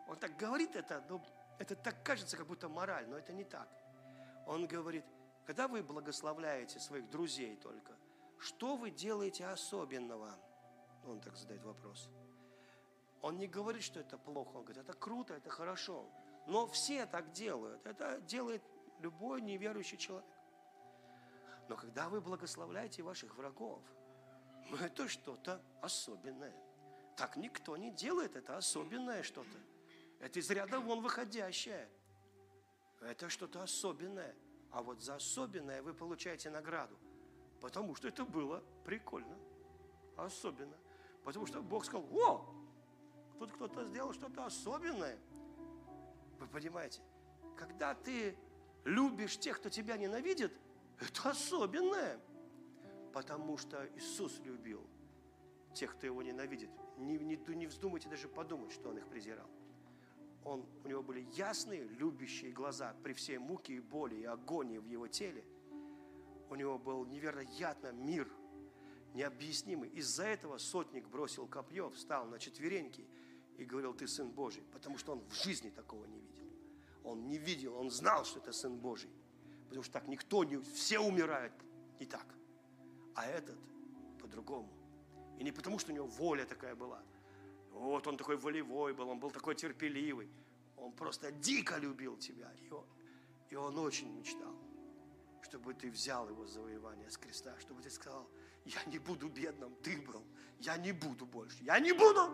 Он так говорит это, но это так кажется, как будто мораль, но это не так. Он говорит, когда вы благословляете своих друзей только, что вы делаете особенного? Он так задает вопрос. Он не говорит, что это плохо, он говорит, это круто, это хорошо. Но все так делают, это делает любой неверующий человек. Но когда вы благословляете ваших врагов, это что-то особенное. Так никто не делает, это особенное что-то. Это из ряда вон выходящее. Это что-то особенное. А вот за особенное вы получаете награду. Потому что это было прикольно. Особенно. Потому что Бог сказал, о, тут кто-то сделал что-то особенное. Вы понимаете? Когда ты любишь тех, кто тебя ненавидит, это особенное. Потому что Иисус любил тех, кто его ненавидит. Не вздумайте даже подумать, что он их презирал. У него были ясные, любящие глаза при всей муке и боли и агонии в его теле. У него был невероятно мир, необъяснимый. Из-за этого сотник бросил копье, встал на четвереньки и говорил, ты Сын Божий, потому что он в жизни такого не видел. Он не видел, он знал, что это Сын Божий. Потому что так никто не... Все умирают не так. А этот по-другому. И не потому, что у него воля такая была. Вот он такой волевой был, он был такой терпеливый. Он просто дико любил тебя. И он очень мечтал, чтобы ты взял его завоевание с креста, чтобы ты сказал, я не буду бедным, ты был. Я не буду больше. Я не буду.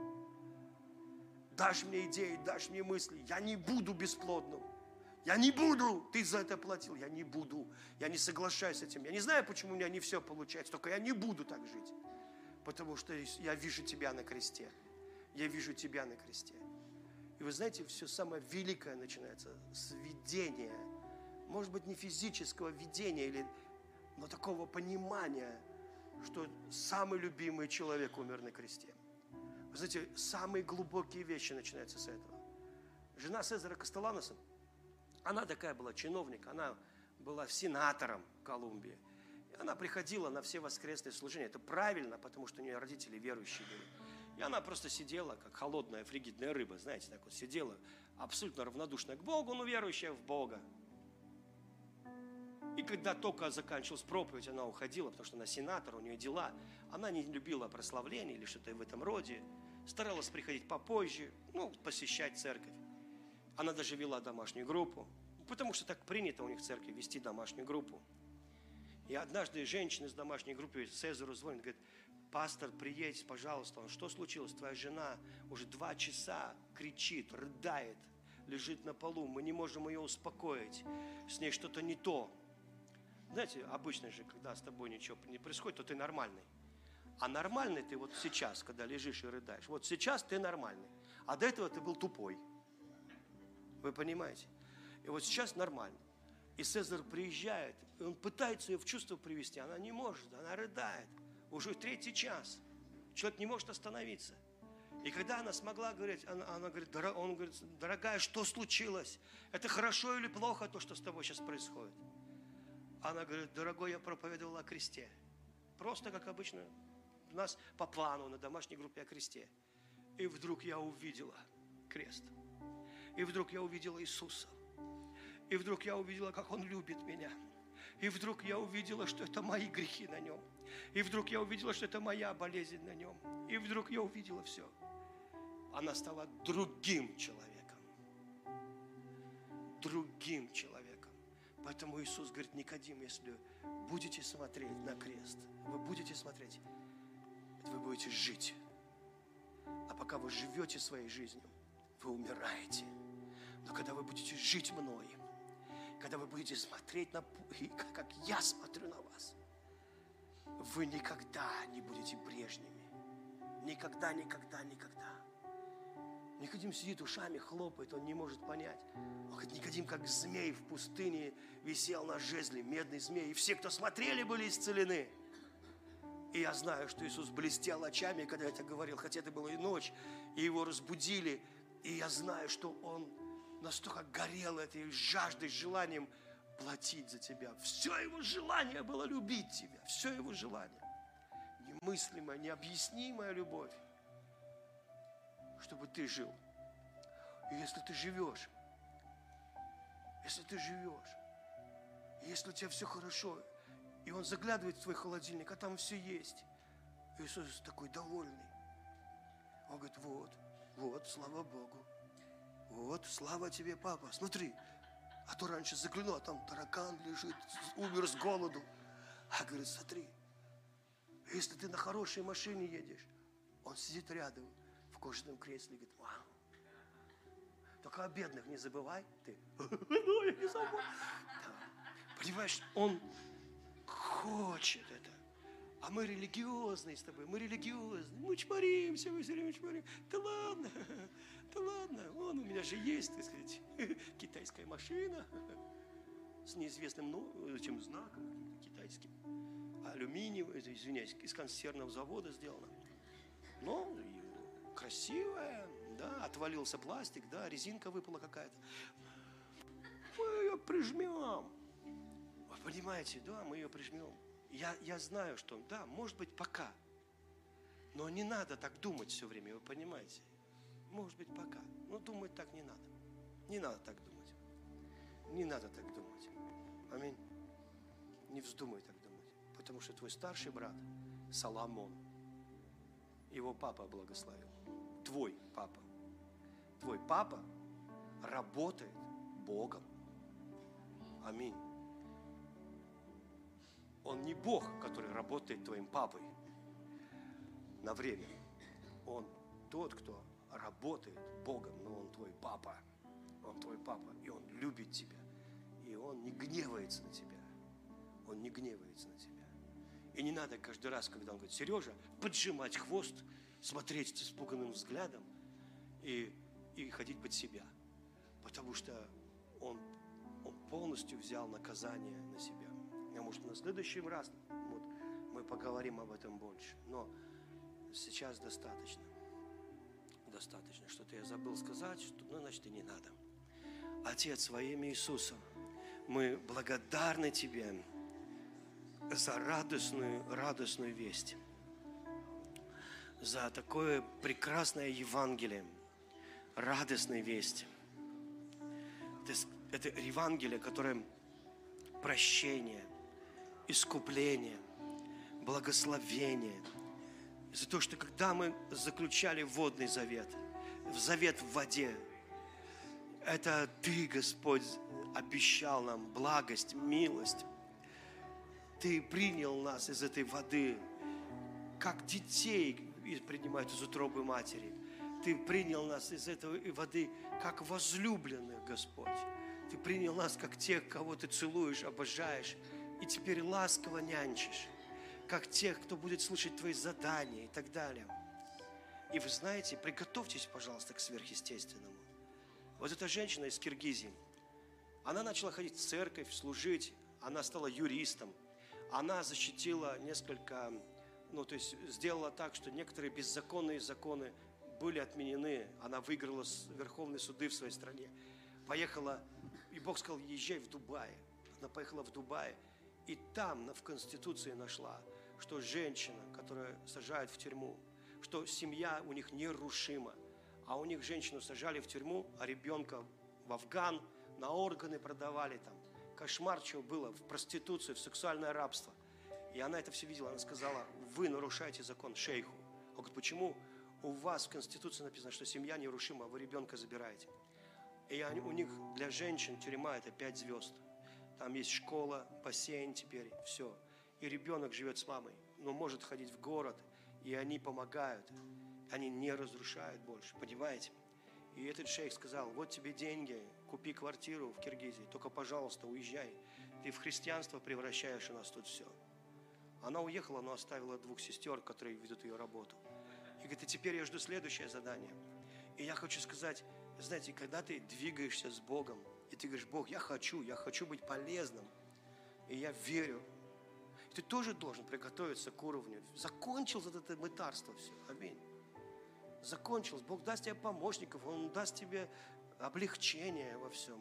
Дашь мне идеи, дашь мне мысли. Я не буду бесплодным. Я не буду. Ты за это платил. Я не буду. Я не соглашаюсь с этим. Я не знаю, почему у меня не все получается. Только я не буду так жить. Потому что я вижу тебя на кресте. Я вижу тебя на кресте. И вы знаете, все самое великое начинается с видения. Может быть, не физического видения, но такого понимания, что самый любимый человек умер на кресте. Вы знаете, самые глубокие вещи начинаются с этого. Жена Сезара Кастеланоса, она такая была чиновник, она была сенатором Колумбии. И она приходила на все воскресные служения. Это правильно, потому что у нее родители верующие были. И она просто сидела, как холодная фригидная рыба, знаете, так вот сидела, абсолютно равнодушная к Богу, но верующая в Бога. И когда только заканчивалась проповедь, она уходила, потому что она сенатор, у нее дела. Она не любила прославления или что-то в этом роде. Старалась приходить попозже, посещать церковь. Она даже вела домашнюю группу, потому что так принято у них в церкви вести домашнюю группу. И однажды женщина из домашней группы Цезару звонит, говорит, пастор, приедь, пожалуйста. Что случилось? Твоя жена уже 2 часа кричит, рыдает, лежит на полу. Мы не можем ее успокоить. С ней что-то не то. Знаете, обычно же, когда с тобой ничего не происходит, то ты нормальный. А нормальный ты вот сейчас, когда лежишь и рыдаешь. Вот сейчас ты нормальный. А до этого ты был тупой. Вы понимаете? И вот сейчас нормально. И Цезарь приезжает, и он пытается ее в чувство привести. Она не может, она рыдает. Уже 3-й час. Человек не может остановиться. И когда она смогла говорить, он говорит, дорогая, что случилось? Это хорошо или плохо, то, что с тобой сейчас происходит? Она говорит, дорогой, я проповедовала о кресте. Просто, как обычно, у нас по плану на домашней группе о кресте. И вдруг я увидела крест. И вдруг я увидела Иисуса. И вдруг я увидела, как Он любит меня. И вдруг я увидела, что это мои грехи на Нем. И вдруг я увидела, что это моя болезнь на Нем. И вдруг я увидела все. Она стала другим человеком. Другим человеком. Поэтому Иисус говорит, Никодим, если будете смотреть на крест, вы будете смотреть, вы будете жить. А пока вы живете своей жизнью, вы умираете. Но когда вы будете жить мной, когда вы будете смотреть как я смотрю на вас, вы никогда не будете прежними. Никогда, никогда, никогда. Никодим сидит, ушами хлопает, он не может понять. Он говорит, Никодим, как змей в пустыне, висел на жезле, медный змей. И все, кто смотрели, были исцелены. И я знаю, что Иисус блестел очами, когда это говорил, хотя это была и ночь, и его разбудили. И я знаю, что он настолько горел этой жаждой, желанием платить за тебя. Все его желание было любить тебя. Все его желание. Немыслимая, необъяснимая любовь. Чтобы ты жил. И если ты живешь, если у тебя все хорошо, и он заглядывает в твой холодильник, а там все есть, Иисус такой довольный. Он говорит, вот, слава Богу. Вот, слава тебе, папа. Смотри, а то раньше заглянул, а там таракан лежит, умер с голоду. А говорит, смотри, если ты на хорошей машине едешь, он сидит рядом в кожаном кресле и говорит, вау. Только о бедных не забывай. Ты, я не забыл. Понимаешь, он хочет это. А мы религиозные с тобой, мы чморимся, мы все время чморим. Да ладно, вон у меня же есть, так сказать, китайская машина с неизвестным чем знаком китайским. Алюминиевая, извиняюсь, из консервного завода сделано. Но красивая, да, отвалился пластик, да, резинка выпала какая-то. Мы ее прижмем. Вы понимаете, да, мы ее прижмем. Я знаю, что, да, может быть, пока. Но не надо так думать все время, вы понимаете? Может быть, пока. Но думать так не надо. Не надо так думать. Не надо так думать. Аминь. Не вздумай так думать. Потому что твой старший брат, Соломон, его папа благословил. Твой папа работает Богом. Аминь. Он не Бог, который работает твоим папой на время. Он тот, кто работает Богом, но он твой папа. Он твой папа, и он любит тебя. И он не гневается на тебя. Он не гневается на тебя. И не надо каждый раз, когда он говорит, Сережа, поджимать хвост, смотреть с испуганным взглядом и ходить под себя. Потому что он полностью взял наказание на себя. А может, на следующий раз мы поговорим об этом больше. Но сейчас достаточно. Достаточно. Что-то я забыл сказать, значит, и не надо. Отец, во имя Иисуса, мы благодарны Тебе за радостную весть. За такое прекрасное Евангелие. Радостной вести. Это Евангелие, которое прощение, искупление, благословение. За то, что когда мы заключали водный завет, завет в воде, это Ты, Господь, обещал нам благость, милость. Ты принял нас из этой воды, как детей принимают из утробы матери. Ты принял нас из этой воды, как возлюбленных, Господь. Ты принял нас, как тех, кого Ты целуешь, обожаешь, и теперь ласково нянчишь, как тех, кто будет слушать Твои задания и так далее. И вы знаете, приготовьтесь, пожалуйста, к сверхъестественному. Вот эта женщина из Киргизии, она начала ходить в церковь, служить, она стала юристом, она защитила несколько, то есть сделала так, что некоторые беззаконные законы были отменены, она выиграла верховные суды в своей стране, поехала, и Бог сказал, езжай в Дубай. Она поехала в Дубай, и там в Конституции нашла, что женщина, которую сажают в тюрьму, что семья у них нерушима, а у них женщину сажали в тюрьму, а ребенка в Афган, на органы продавали там. Кошмар, чего было, в проституцию, в сексуальное рабство. И она это все видела, она сказала, вы нарушаете закон шейху. Он говорит, почему у вас в Конституции написано, что семья нерушима, а вы ребенка забираете? И у них для женщин тюрьма это 5 звезд. Там есть школа, бассейн теперь, все. И ребенок живет с мамой, но может ходить в город, и они помогают. Они не разрушают больше, понимаете? И этот шейх сказал, вот тебе деньги, купи квартиру в Киргизии, только, пожалуйста, уезжай. Ты в христианство превращаешь у нас тут все. Она уехала, но оставила 2 сестер, которые ведут ее работу. И говорит, и теперь я жду следующее задание. И я хочу сказать, знаете, когда ты двигаешься с Богом, и ты говоришь, Бог, я хочу быть полезным, и я верю, ты тоже должен приготовиться к уровню. Закончил это мытарство все. Аминь. Закончилось. Бог даст тебе помощников, Он даст тебе облегчение во всем.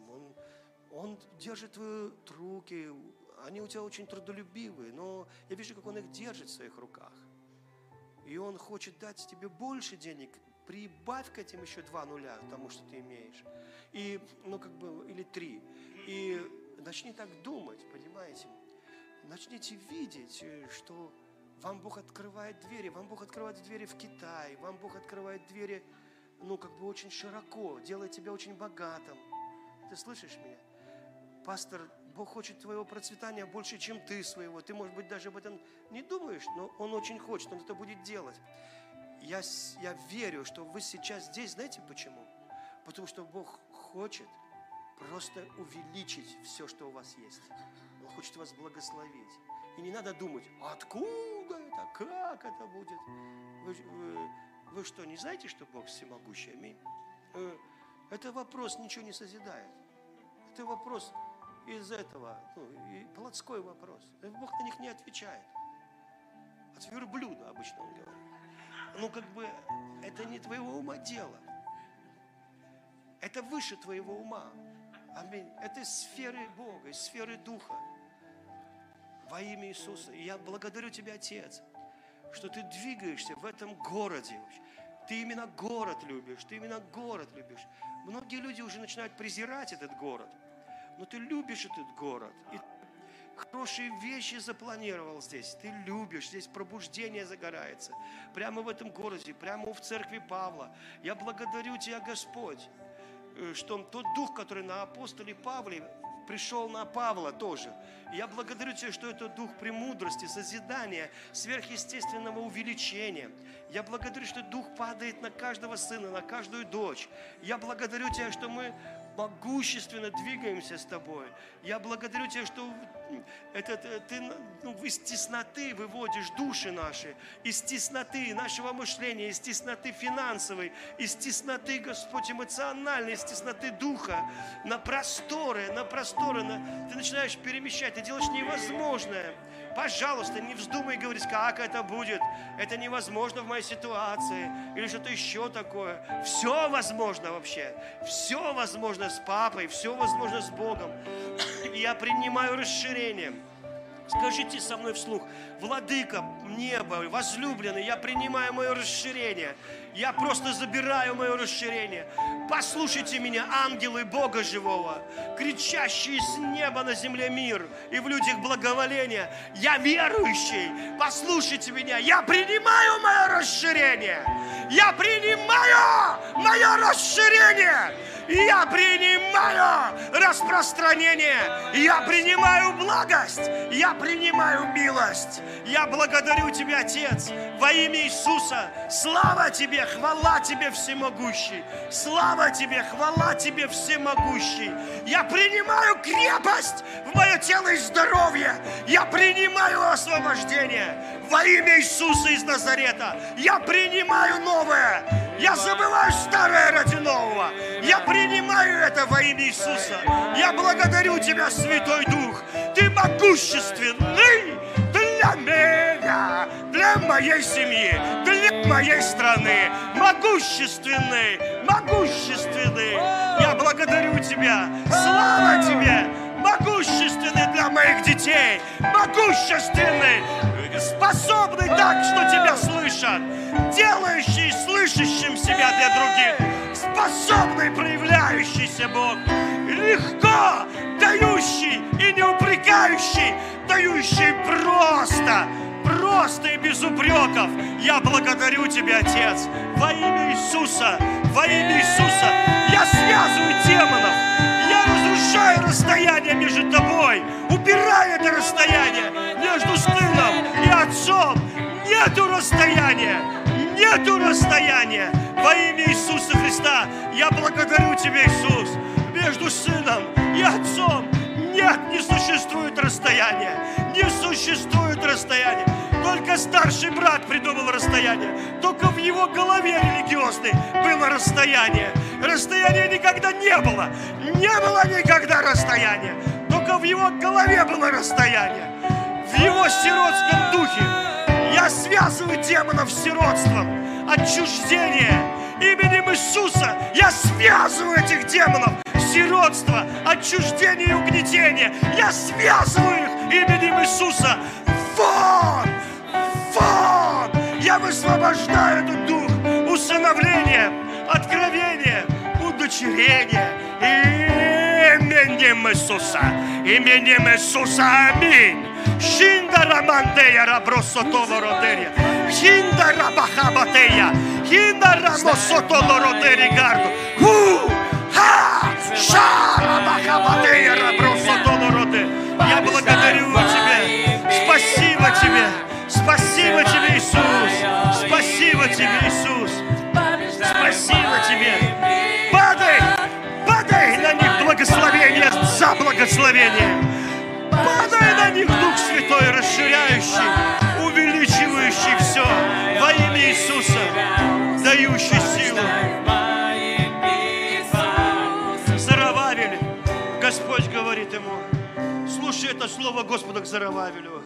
Он держит твои руки, они у тебя очень трудолюбивые, но я вижу, как Он их держит в своих руках. И Он хочет дать тебе больше денег, прибавь к этим еще 2 нуля тому, что ты имеешь. И, или 3. И начни так думать, понимаете? Начните видеть, что вам Бог открывает двери. Вам Бог открывает двери в Китай. Вам Бог открывает двери, очень широко. Делает тебя очень богатым. Ты слышишь меня? Пастор, Бог хочет твоего процветания больше, чем ты своего. Ты, может быть, даже об этом не думаешь, но Он очень хочет, Он это будет делать. Я верю, что вы сейчас здесь, знаете почему? Потому что Бог хочет просто увеличить все, что у вас есть. Он хочет вас благословить. И не надо думать, откуда это, как это будет. Вы что, не знаете, что Бог всемогущий? Аминь. Это вопрос ничего не созидает. Это вопрос из этого, плотской вопрос. Бог на них не отвечает. От верблюда обычно он говорит. Это не твоего ума дело. Это выше твоего ума. Аминь. Это из сферы Бога, из сферы Духа. Во имя Иисуса. И я благодарю Тебя, Отец, что Ты двигаешься в этом городе. Ты именно город любишь. Ты именно город любишь. Многие люди уже начинают презирать этот город. Но Ты любишь этот город. И хорошие вещи запланировал здесь. Ты любишь. Здесь пробуждение загорается. Прямо в этом городе, прямо в церкви Павла. Я благодарю Тебя, Господь, что тот дух, который на апостоле Павле, пришел на Павла тоже. Я благодарю Тебя, что это дух премудрости, созидания, сверхъестественного увеличения. Я благодарю, что дух падает на каждого сына, на каждую дочь. Я благодарю Тебя, что мы могущественно двигаемся с Тобой. Я благодарю Тебя, что Ты из тесноты выводишь души наши, из тесноты нашего мышления, из тесноты финансовой, из тесноты, Господь, эмоциональной, из тесноты духа на просторы. Ты начинаешь перемещать, ты делаешь невозможное. Пожалуйста, не вздумай говорить, как это будет. Это невозможно в моей ситуации. Или что-то еще такое. Все возможно вообще. Все возможно с папой, все возможно с Богом. Я принимаю расширение. Скажите со мной вслух: Владыка неба, возлюбленный, я принимаю мое расширение. Я просто забираю мое расширение. Послушайте меня, ангелы Бога живого, кричащие с неба на земле мир и в людях благоволение. Я верующий, послушайте меня, я принимаю мое расширение. Я принимаю мое расширение. Я принимаю распространение. Я принимаю благость. Я принимаю милость. Я благодарю Тебя, Отец, во имя Иисуса. Слава Тебе, хвала Тебе, всемогущий. Слава Тебе, хвала Тебе, всемогущий. Я принимаю крепость в мое тело и здоровье. Я принимаю освобождение во имя Иисуса из Назарета. Я принимаю новое. Я забываю старое ради нового. Я принимаю это во имя Иисуса. Я благодарю Тебя, Святой Дух. Ты могущественный для меня, для моей семьи, для моей страны. Могущественный, могущественный. Я благодарю Тебя. Слава Тебе. Могущественный для моих детей. Могущественный. Способный так, что Тебя слышат. Делающий слышащим себя для других. Способный, проявляющийся Бог. Легко дающий и не упрекающий. Дающий просто и без упреков. Я благодарю Тебя, Отец, во имя Иисуса. Во имя Иисуса я связываю демонов. Я разрушаю расстояние между Тобой. Убираю это расстояние между сыном и отцом. Нету расстояния. Нету расстояния. Во имя Иисуса Христа я благодарю Тебя, Иисус. Между сыном и отцом не существует расстояния. Не существует расстояния. Только старший брат придумал расстояние. Только в его голове религиозной было расстояние. Расстояния никогда не было. Не было никогда расстояния. Только в его голове было расстояние. В его сиротском духе. Я связываю демонов с сиротством. Отчуждение. Именем Иисуса я связываю этих демонов. Сиротство, отчуждение и угнетение. Я связываю их именем Иисуса. Вон! Вон! Я высвобождаю этот дух усыновления, расширение. Именем Иисуса. Именем Иисуса. Аминь. Шиндара мандея рабросотоло родерия. Шиндара бахабатея. Шиндара мосотоло родери гарду. Шара бахабатея рабросотоло родери. Я благодарю Тебя. Спасибо Тебе. Спасибо Тебе, Иисус. Спасибо Тебе, Иисус. Спасибо Тебе. Падай. Падай на них благословение за благословение. Падай на них, Дух Святой, расширяющий, увеличивающий все во имя Иисуса, дающий силу. Зарававель, Господь говорит ему, слушай это слово Господа к Зарававелю.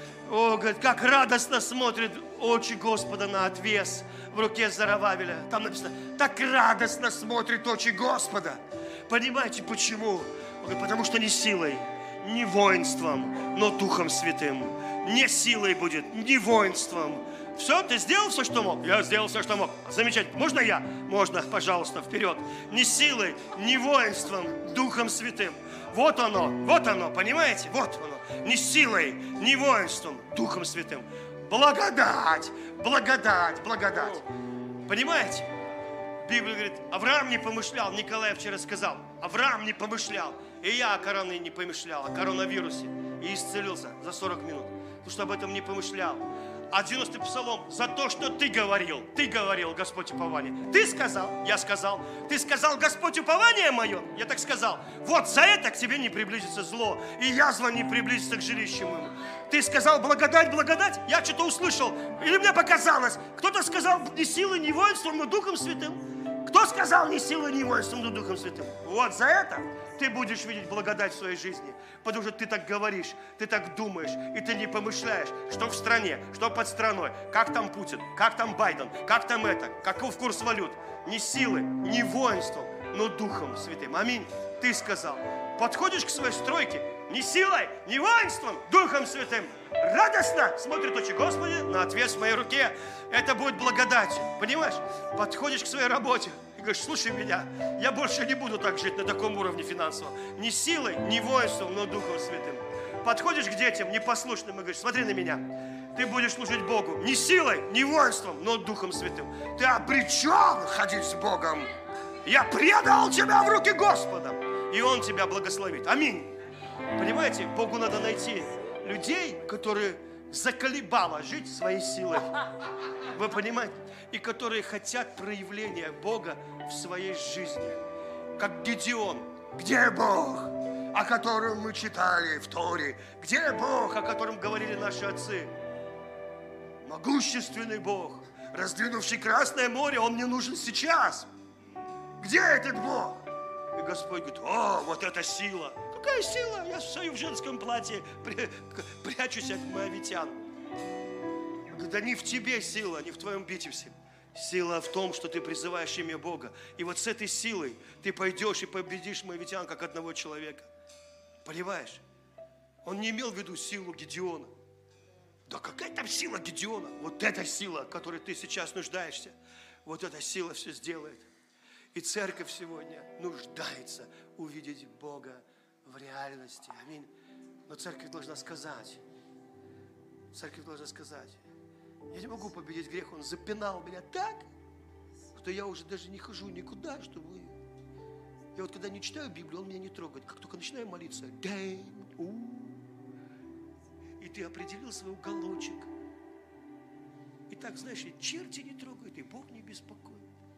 О, говорит, как радостно смотрят очи Господа на отвес в руке Зарававеля. Там написано, так радостно смотрят очи Господа. Понимаете, почему? Он говорит, потому что не силой, не воинством, но Духом Святым. Не силой будет, не воинством. Все, ты сделал все, что мог? Я сделал все, что мог. Замечательно. Можно я? Можно, пожалуйста, вперед. Не силой, не воинством, Духом Святым. Вот оно, понимаете? Вот оно. Не силой, не воинством, Духом Святым. Благодать, благодать, благодать. Понимаете? Библия говорит, Авраам не помышлял, Николай вчера сказал, Авраам не помышлял, и я о короне не помышлял, о коронавирусе, и исцелился за 40 минут, потому что об этом не помышлял. А 90-й псалом, за то, что ты говорил, Господь, упование. Ты сказал, я сказал, ты сказал, Господь, упование мое, я так сказал. Вот за это к тебе не приблизится зло, и язва не приблизится к жилищу моему. Ты сказал, благодать, благодать, я что-то услышал, или мне показалось. Кто-то сказал, не силой, не воинством, но Духом Святым. Кто сказал, не силой, не воинством, но Духом Святым? Вот за это ты будешь видеть благодать в своей жизни. Потому что ты так говоришь, ты так думаешь, и ты не помышляешь, что в стране, что под страной, как там Путин, как там Байден, как там это, каков курс валют. Не силой, не воинством, но Духом Святым. Аминь. Ты сказал. Подходишь к своей стройке, не силой, не воинством, Духом Святым. Радостно смотрит очи Господи на отвес в моей руке. Это будет благодатью. Понимаешь? Подходишь к своей работе и говоришь, слушай меня, я больше не буду так жить на таком уровне финансовом. Не силой, не воинством, но Духом Святым. Подходишь к детям непослушным и говоришь, смотри на меня. Ты будешь служить Богу не силой, не воинством, но Духом Святым. Ты обречен ходить с Богом. Я предал тебя в руки Господа, и Он тебя благословит. Аминь. Понимаете, Богу надо найти людей, которые заколебало жить своей силой. Вы понимаете? И которые хотят проявления Бога в своей жизни. Как Гедеон. Где Бог, о котором мы читали в Торе? Где Бог, о котором говорили наши отцы? Могущественный Бог, раздвинувший Красное море, Он мне нужен сейчас. Где этот Бог? И Господь говорит, о, вот это сила. Какая сила? Я стою в женском платье, прячусь от моавитян. Да не в тебе сила, не в твоем битве. Сила в том, что ты призываешь имя Бога. И вот с этой силой ты пойдешь и победишь моавитян, как одного человека. Понимаешь? Он не имел в виду силу Гедеона. Да какая там сила Гедеона? Вот эта сила, в которой ты сейчас нуждаешься, вот эта сила все сделает. И церковь сегодня нуждается увидеть Бога в реальности. Аминь. Но церковь должна сказать. Я не могу победить грех, он запинал меня так, что я уже даже не хожу никуда, чтобы... Я вот когда не читаю Библию, он меня не трогает. Как только начинаю молиться, и ты определил свой уголочек. И так, знаешь, и черти не трогают, и Бог не беспокоит.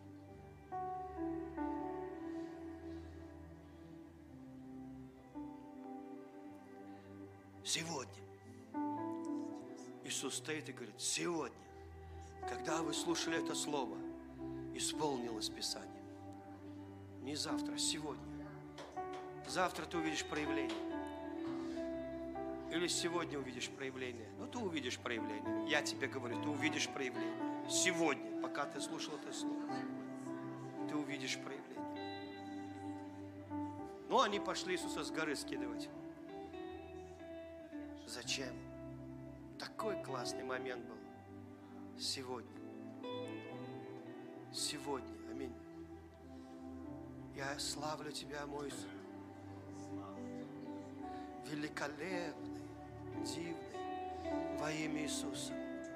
Сегодня Иисус стоит и говорит, сегодня, когда вы слушали это слово, исполнилось Писание. Не завтра, а сегодня. Завтра ты увидишь проявление. Или сегодня увидишь проявление. Ну, ты увидишь проявление. Я тебе говорю, ты увидишь проявление. Сегодня, пока ты слушал это слово, ты увидишь проявление. Ну, они пошли Иисуса с горы скидывать. Зачем? Такой классный момент был. Сегодня. Сегодня. Аминь. Я славлю Тебя, мой великолепный, дивный, во имя Иисуса.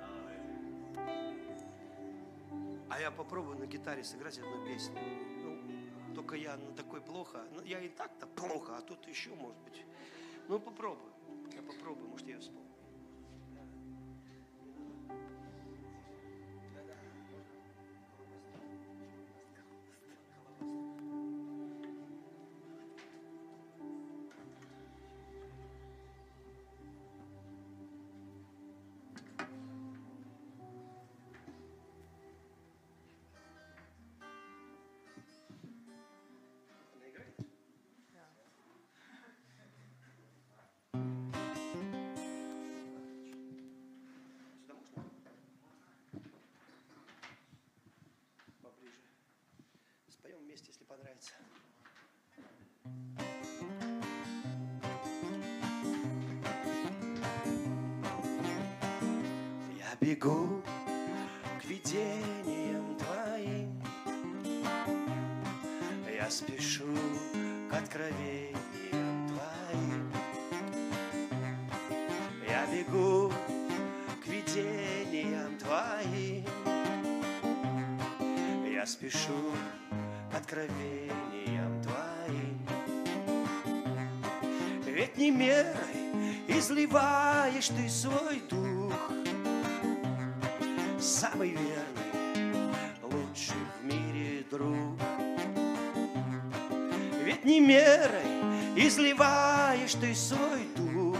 А я попробую на гитаре сыграть одну песню. Ну, только я такой плохо. Ну, я и так-то плохо, а тут еще, может быть. Ну, попробую. Я попробую, может, я вспомню. Споем вместе, если понравится. Я бегу к видениям Твоим, я спешу к откровениям Твоим. Я бегу к видениям Твоим, я спешу к откровениям Твоим. Ведь не мерой изливаешь Ты свой дух, самый верный, лучший в мире друг. Ведь не мерой изливаешь Ты свой дух,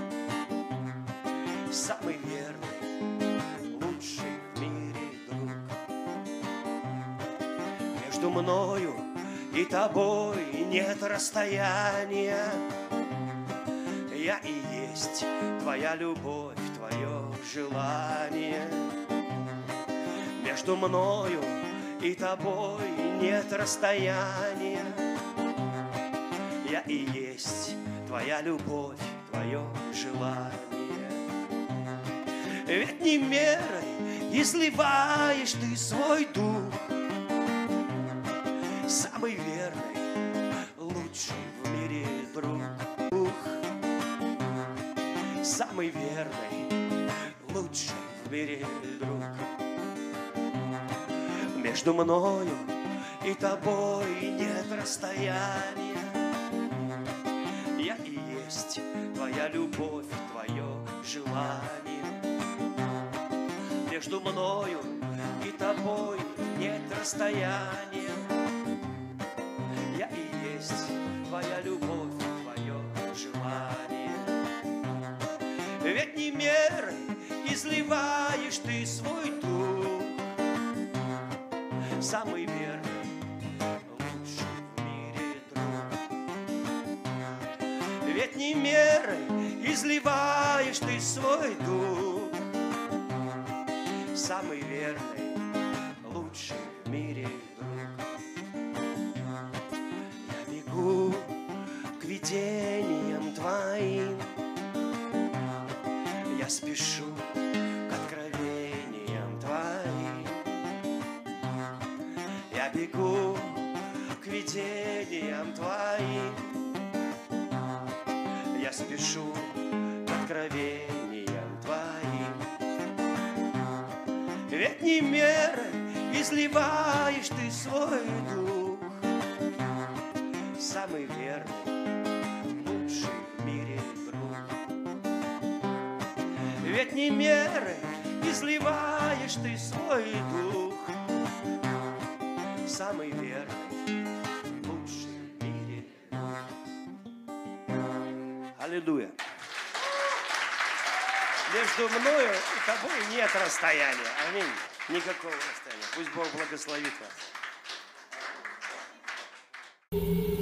самый верный, лучший в мире друг. Между мною и Тобой нет расстояния. Я и есть Твоя любовь, Твое желание. Между мною и Тобой нет расстояния. Я и есть Твоя любовь, Твое желание. Ведь не мерой изливаешь Ты свой дух, самый верный, лучший в мире друг. Самый верный, лучший в мире друг. Между мною и Тобой нет расстояния. Я и есть Твоя любовь, Твое желание. Между мною и Тобой нет расстояния. Я и есть Твоя любовь, Твое желание. Ведь не мерой изливаешь Ты свой дух, самый верный, лучший в мире друг. Ведь не мерой изливаешь Ты свой дух, самый верный, лучший в мире друг. Я бегу к видениям Твоим, я спешу к откровениям Твоим. Я бегу к видениям Твоим, я спешу к откровениям Твоим. Ведь не мерой изливаешь Ты свой дух, самый верный, лучший в мире друг. Ведь не мерой изливаешь Ты свой дух, самый верный, лучший в мире друг. Аллилуйя. Между мною и Тобой нет расстояния. Аминь. Никакого расстояния. Пусть Бог благословит вас.